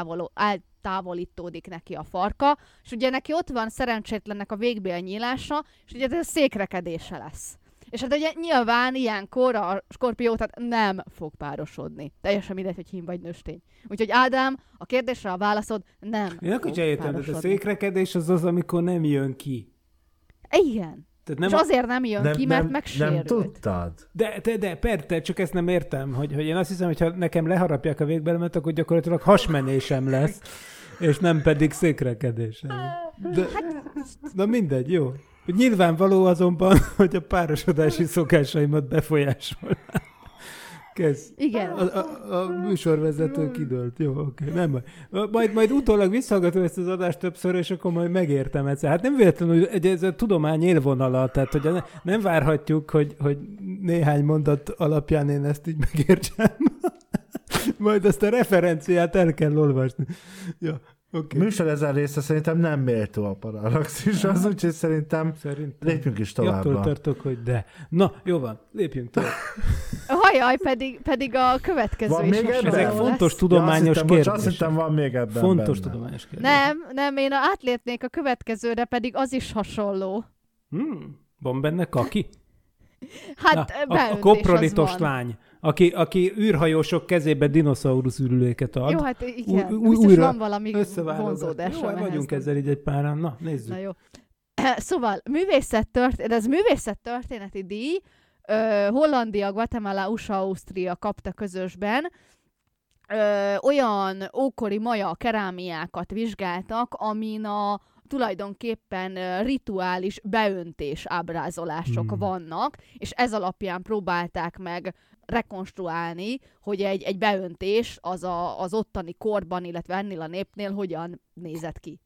eltávolítódik neki a farka, és ugye neki ott van szerencsétlennek a végbél nyílása, és ugye ez székrekedése lesz. És hát ugye nyilván ilyenkor a Skorpió tehát nem fog párosodni. Teljesen mindegy, hogy hím vagy nőstény. Úgyhogy Ádám, a kérdésre a válaszod nem Én akkor fog sem értem, de a székrekedés az, amikor nem jön ki. Igen. Tehát nem és azért nem jön ki, mert megsérült. Nem tudtad? De persze, csak ezt nem értem, hogy én azt hiszem, hogy ha nekem leharapják a végbelemet, akkor gyakorlatilag hasmenésem lesz, és nem pedig székrekedés. Na mindegy, jó. Nyilvánvaló azonban, hogy a párosodási szokásaimat befolyásolná. Kezd. Igen. A műsorvezető kidőlt. Jó, oké. Nem baj. Majd utólag visszahallgatom ezt az adást többször, és akkor majd megértem egyszer. Hát nem véletlenül, hogy ez a tudomány élvonala, tehát hogy nem várhatjuk, hogy néhány mondat alapján én ezt így megértsem. Majd azt a referenciát el kell olvasni. Ja. Okay. Műsor ezen része szerintem nem méltó a Parallaxis, az úgyhogy szerintem lépjünk is tovább. Attól tartok, hogy de. Na, jó van, lépjünk tovább. Hajaj, pedig a következő van is még hasonló Ezek lesz. fontos tudományos kérdések. Azt hittem, van még ebben fontos benne. tudományos kérdések. Nem, én átlépnék a következőre, pedig az is hasonló. Van benne kaki? Hát a koprolitos lány, aki űrhajósok kezébe dinoszaurusz ürüléket ad. Jó, hát igen. Biztos van valami vonzódása. Jó, vagyunk ezzel így egy páran. Na, nézzük. Na jó. Szóval, ez művészettörténeti díj, Hollandia, Guatemala, USA, Ausztria kapta közösben. Olyan ókori maja kerámiákat vizsgáltak, amin tulajdonképpen rituális beöntés ábrázolások vannak, és ez alapján próbálták meg rekonstruálni, hogy egy beöntés az ottani korban, illetve ennél a népnél hogyan nézett ki.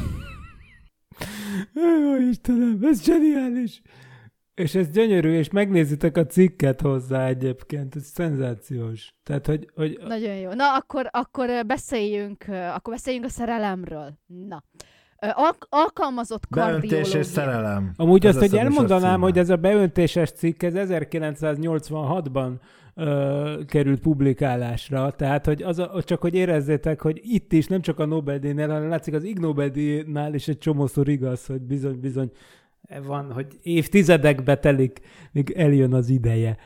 Jó, Istenem, ez zseniális! És ez gyönyörű, és megnézitek a cikket hozzá egyébként, ez szenzációs. Tehát, hogy... Nagyon jó. Na, akkor beszéljünk a szerelemről. Na. Alkalmazott kardiológia. Beöntés és szerelem. Amúgy azt, hogy elmondanám, hogy ez a beöntéses cikk, ez 1986-ban került publikálásra, tehát hogy csak hogy érezzétek, hogy itt is nem csak a Nobel-díjnál, hanem látszik az Ig Nobel-díjnál is egy csomószor igaz, hogy bizony van, hogy évtizedekbe telik, míg eljön az ideje.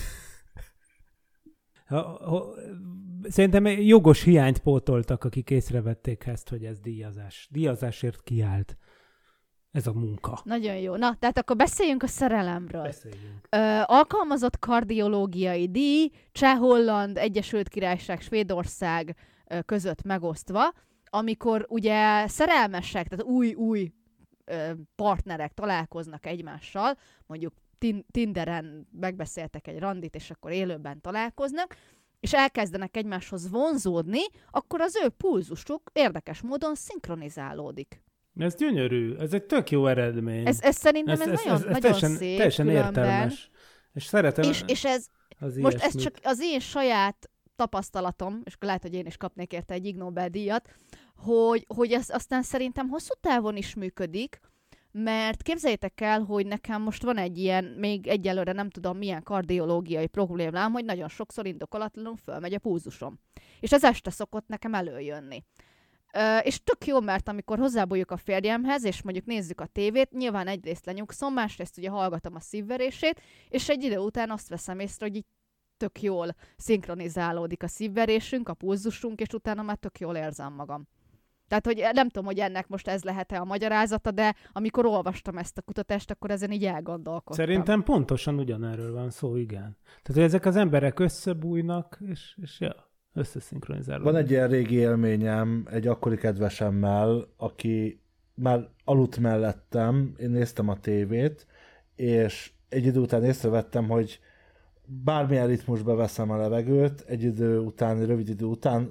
Szerintem jogos hiányt pótoltak, akik észrevették ezt, hogy ez díjazásért kiállt. Ez a munka. Nagyon jó. Na, tehát akkor beszéljünk a szerelemről. Beszéljünk. Alkalmazott kardiológiai díj, Cseh, Holland, Egyesült Királyság, Svédország között megosztva, amikor ugye szerelmesek, tehát új partnerek találkoznak egymással, mondjuk Tinderen megbeszéltek egy randit, és akkor élőben találkoznak, és elkezdenek egymáshoz vonzódni, akkor az ő pulzusuk érdekes módon szinkronizálódódik. Ez gyönyörű, ez egy tök jó eredmény. Ez szerintem nagyon szép. Teljesen értelmes. És szeretem és ez az most ilyesmit. ez csak az én saját tapasztalatom, és lehet, hogy én is kapnék érte egy Ig Nobel-díjat, hogy ez aztán szerintem hosszú távon is működik, mert képzeljétek el, hogy nekem most van egy ilyen, még egyelőre nem tudom milyen kardiológiai problémám, hogy nagyon sokszor indokolatlanul fölmegy a pulzusom. És ez este szokott nekem előjönni. És tök jó, mert amikor hozzábújjuk a férjemhez, és mondjuk nézzük a tévét, nyilván egyrészt lenyugszom, másrészt ugye hallgatom a szívverését, és egy idő után azt veszem észre, hogy így tök jól szinkronizálódik a szívverésünk, a pulzusunk, és utána már tök jól érzem magam. Tehát, hogy nem tudom, hogy ennek most ez lehet-e a magyarázata, de amikor olvastam ezt a kutatást, akkor ezen így elgondolkodtam. Szerintem pontosan ugyanerről van szó, igen. Tehát, hogy ezek az emberek összebújnak, és összeszinkronizálódnak. Van egy ilyen régi élményem egy akkori kedvesemmel, aki már aludt mellettem, én néztem a tévét, és egy idő után észrevettem, hogy bármilyen ritmusba veszem a levegőt, egy idő után, rövid idő után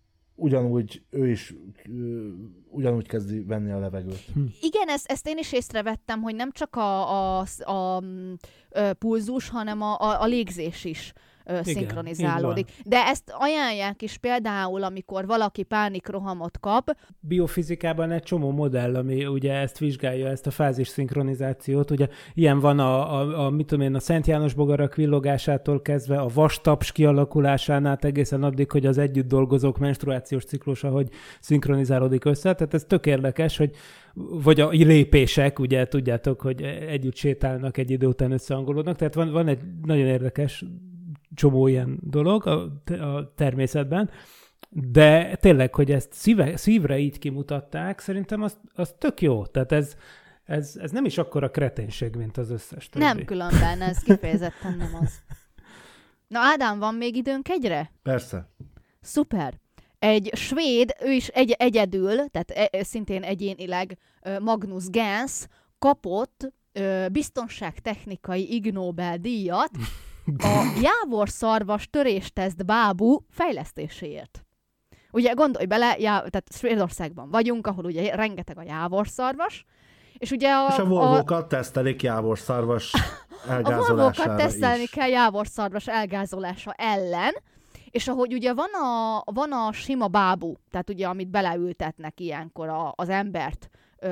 ő is ugyanúgy kezdi venni a levegőt. Igen, ezt én is észrevettem, hogy nem csak a pulzus, hanem a légzés is szinkronizálódik. De ezt ajánlják is például, amikor valaki pánikrohamot kap. Biofizikában egy csomó modell, ami ugye ezt vizsgálja, ezt a fázis szinkronizációt. Ugye ilyen van a Szent János bogarak villogásától kezdve, a vastaps kialakulásán át egészen addig, hogy az együtt dolgozók menstruációs ciklusa, hogy szinkronizálódik össze. Tehát ez tök érdekes, hogy vagy a lépések, ugye tudjátok, hogy együtt sétálnak, egy idő után összehangolódnak. Tehát van egy nagyon érdekes csomó ilyen dolog a természetben, de tényleg, hogy ezt szívre így kimutatták, szerintem az tök jó. Tehát ez nem is akkora kreténség, mint az összes többi. Nem különben, ez kifejezetten nem az. Na Ádám, van még időnk egyre? Persze. Szuper. Egy svéd, ő is egyedül, tehát szintén egyénileg Magnus Gens kapott biztonságtechnikai Ig Nobel-díjat a jávorszarvas törésteszt bábú fejlesztéséért. Ugye gondolj bele, tehát Svédországban vagyunk, ahol ugye rengeteg a jávorszarvas, és ugye és a Volvo-kat tesztelik jávorszarvas elgázolására a Volvo-kat tesztelni kell jávorszarvas elgázolása ellen, és ahogy ugye van a sima bábú, tehát ugye amit beleültetnek ilyenkor az embert,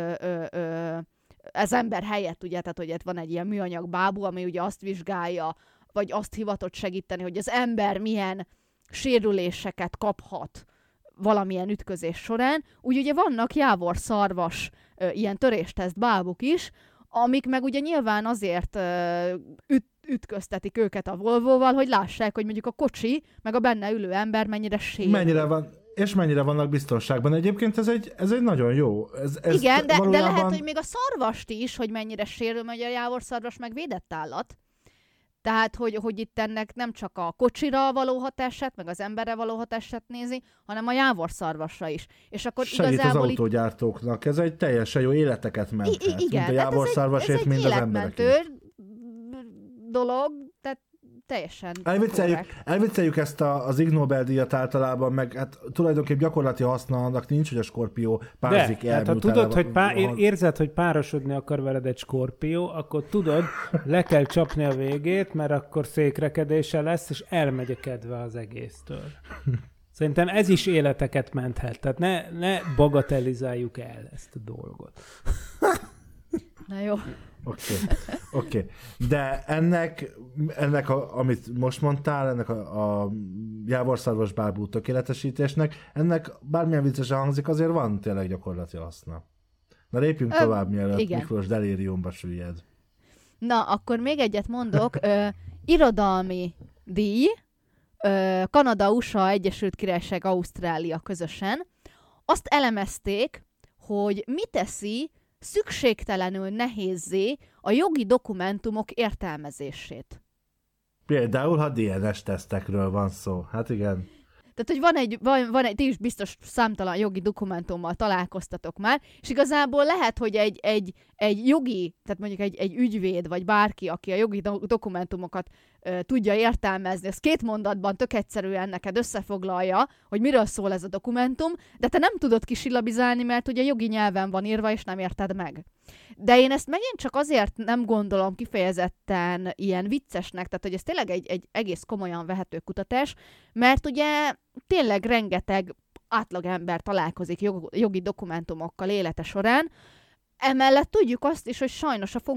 az ember helyett, ugye, tehát hogy van egy ilyen műanyag bábú, ami ugye azt vizsgálja, vagy azt hivatott segíteni, hogy az ember milyen sérüléseket kaphat valamilyen ütközés során. Úgy ugye vannak jávorszarvas ilyen törésteszt bábuk is, amik meg ugye nyilván azért ütköztetik őket a Volvoval, hogy lássák, hogy mondjuk a kocsi, meg a benne ülő ember mennyire sérül. Mennyire vannak biztonságban. Egyébként ez egy nagyon jó. Igen, de lehet, hogy még a szarvast is, hogy mennyire sérül, mert a jávorszarvas meg védett állat. Tehát, hogy itt ennek nem csak a kocsira való hatását, meg az emberre való hatását nézi, hanem a jávorszarvasra is. És akkor segít igazából az autógyártóknak. Ez egy teljesen jó életeket menthet. Igen, mint a jávorszarvasért, mint az emberek. Ez egy életmentő dolog, tehát teljesen elvicceljük ezt az Ig Nobel-díjat általában, meg hát tulajdonképpen gyakorlati haszna annak nincs, hogy a skorpió párzik el. De, hát ha tudod, hogy érzed, hogy párosodni akar veled egy skorpió, akkor tudod, le kell csapni a végét, mert akkor székrekedése lesz, és elmegy a kedve az egésztől. Szerintem ez is életeket menthet, tehát ne bagatelizáljuk el ezt a dolgot. Na jó. Oké. De ennek amit most mondtál, ennek a jávorszarvas bábú tökéletesítésnek, ennek bármilyen viccesen hangzik, azért van tényleg gyakorlati haszna. Na lépjünk tovább, mielőtt Miklós delíriumba süllyed. Na, akkor még egyet mondok. Irodalmi díj, Kanada, USA, Egyesült Királyság, Ausztrália közösen. Azt elemezték, hogy mi teszi szükségtelenül nehézzé a jogi dokumentumok értelmezését. Például, ha DNS-tesztekről van szó. Hát igen. Tehát, hogy van egy, ti is biztos számtalan jogi dokumentummal találkoztatok már, és igazából lehet, hogy egy jogi, tehát mondjuk egy ügyvéd, vagy bárki, aki a jogi dokumentumokat tudja értelmezni, az 2 mondatban tök egyszerűen neked összefoglalja, hogy miről szól ez a dokumentum, de te nem tudod kisilabizálni, mert ugye jogi nyelven van írva, és nem érted meg. De én ezt megint csak azért nem gondolom kifejezetten ilyen viccesnek, tehát hogy ez tényleg egy egész komolyan vehető kutatás, mert ugye tényleg rengeteg átlagember találkozik jogi dokumentumokkal élete során. Emellett tudjuk azt is, hogy sajnos a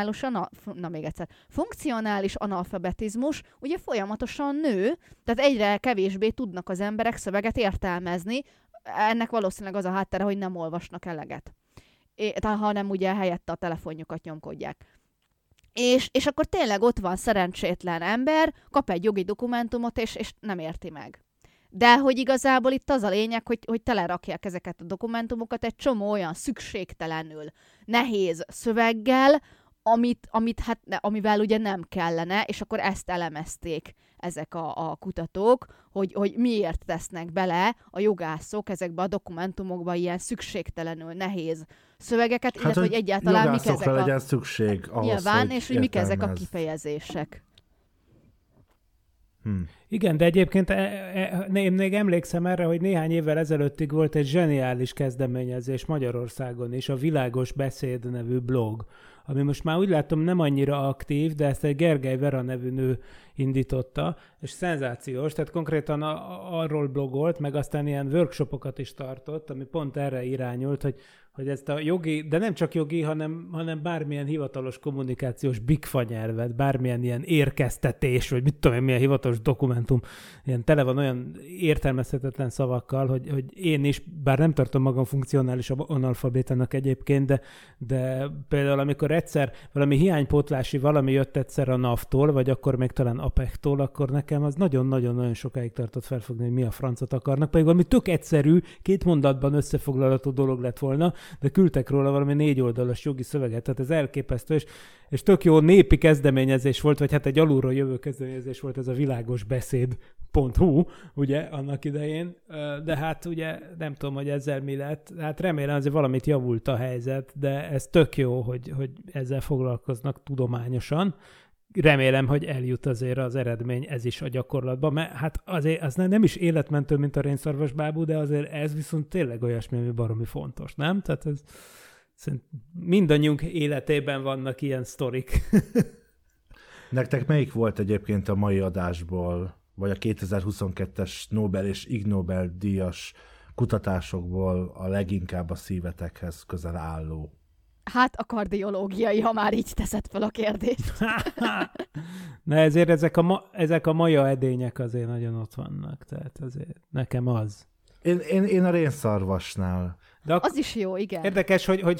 funkcionális analfabetizmus ugye folyamatosan nő, tehát egyre kevésbé tudnak az emberek szöveget értelmezni. Ennek valószínűleg az a háttere, hogy nem olvasnak eleget, hanem ugye helyette a telefonjukat nyomkodják. És akkor tényleg ott van szerencsétlen ember, kap egy jogi dokumentumot, és nem érti meg. De hogy igazából itt az a lényeg, hogy telerakják ezeket a dokumentumokat egy csomó olyan szükségtelenül nehéz szöveggel, amivel ugye nem kellene, és akkor ezt elemezték ezek a kutatók, hogy miért tesznek bele a jogászok ezekbe a dokumentumokba ilyen szükségtelenül nehéz szövegeket, illetve hogy egyáltalán mik ezek a... legyen szükség ahhoz, nyilván, hogy és hogy mik ezek a kifejezések. Igen, de egyébként én még emlékszem erre, hogy néhány évvel ezelőttig volt egy zseniális kezdeményezés Magyarországon is, a Világos Beszéd nevű blog, ami most már úgy látom nem annyira aktív, de ezt egy Gergely Vera nevű nő indította, és szenzációs, tehát konkrétan arról blogolt, meg aztán ilyen workshopokat is tartott, ami pont erre irányult, hogy ezt a jogi, de nem csak jogi, hanem bármilyen hivatalos kommunikációs bigfa nyelvet, bármilyen ilyen érkeztetés, vagy mit tudom én, milyen hivatalos dokumentum, ilyen tele van olyan értelmezhetetlen szavakkal, hogy én is, bár nem tartom magam funkcionális analfabétának egyébként, de például amikor egyszer valami hiánypótlási valami jött egyszer a NAV-tól, vagy akkor még talán APEC-tól, akkor nekem az nagyon-nagyon-nagyon sokáig tartott felfogni, hogy mi a francot akarnak, pedig valami tök egyszerű, 2 mondatban összefoglalható dolog lett volna, de küldtek róla valami 4 oldalas jogi szöveget, tehát ez elképesztő, és tök jó népi kezdeményezés volt, vagy hát egy alulról jövő kezdeményezés volt ez a világosbeszéd.hu, ugye, annak idején, de hát ugye nem tudom, hogy ezzel mi lett, hát remélem azért valamit javult a helyzet, de ez tök jó, hogy ezzel foglalkoznak tudományosan. Remélem, hogy eljut azért az eredmény ez is a gyakorlatban, mert hát azért az nem is életmentő, mint a rénszarvas bábú, de azért ez viszont tényleg olyasmi, ami baromi fontos, nem? Tehát ez mindannyiunk életében vannak ilyen sztorik. Nektek melyik volt egyébként a mai adásból, vagy a 2022-es Nobel és Ig Nobel díjas kutatásokból a leginkább a szívetekhez közel álló? Hát a kardiológiai, ha már így teszed fel a kérdést. Na ezért ezek a maja edények azért nagyon ott vannak, tehát azért nekem az. Én a rénszarvasnál. De az is jó, igen. Érdekes, hogy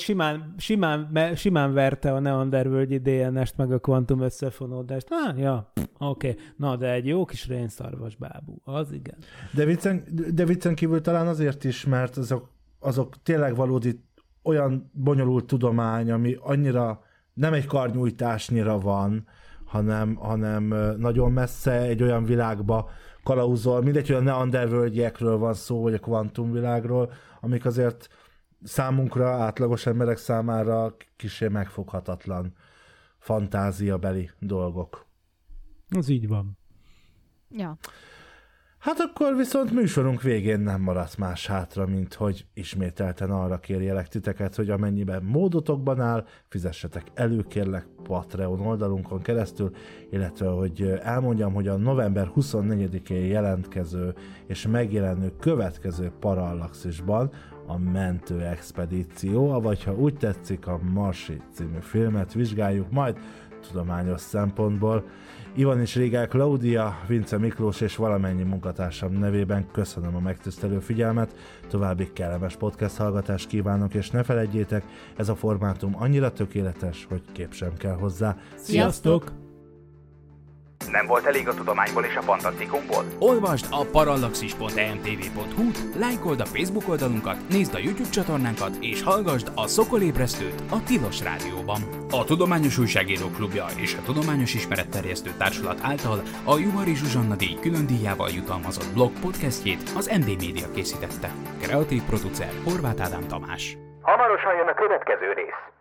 simán verte a neandervölgyi DNS-t, meg a kvantum összefonódást. Oké. Na, de egy jó kis rénszarvas bábú, az igen. De viccen kívül talán azért is, mert azok tényleg valódi olyan bonyolult tudomány, ami annyira nem egy karnyújtásnyira van, hanem nagyon messze egy olyan világba kalauzol, mindegy, hogy a neandervölgyiekről van szó, vagy a kvantumvilágról, amik azért számunkra, átlagos emberek számára kissé megfoghatatlan fantáziabeli dolgok. Az így van. Ja. Hát akkor viszont műsorunk végén nem maradt más hátra, mint hogy ismételten arra kérjelek titeket, hogy amennyiben módotokban áll, fizessetek elő, kérlek, Patreon oldalunkon keresztül, illetve hogy elmondjam, hogy a november 24-én jelentkező és megjelenő következő Parallaxisban a Mentő Expedíció, avagy ha úgy tetszik, a Marsi című filmet vizsgáljuk majd tudományos szempontból. Ivan és Régel Klaudia, Vince Miklós és valamennyi munkatársam nevében köszönöm a megtisztelő figyelmet, további kellemes podcast hallgatást kívánok, és ne feledjétek, ez a formátum annyira tökéletes, hogy kép sem kell hozzá. Sziasztok! Nem volt elég a tudományból és a fantasztikumból? Olvasd a parallaxis.emtv.hu-t, lájkold a Facebook oldalunkat, nézd a YouTube csatornánkat, és hallgasd a Szokolébresztőt a Tilos Rádióban. A Tudományos Újságírók Klubja és a Tudományos Ismeretterjesztő Társulat által a Juhari Zsuzsanna díj külön díjával jutalmazott blog podcastjét az MD Media készítette. Kreatív producer Horváth Ádám Tamás. Hamarosan jön a következő rész.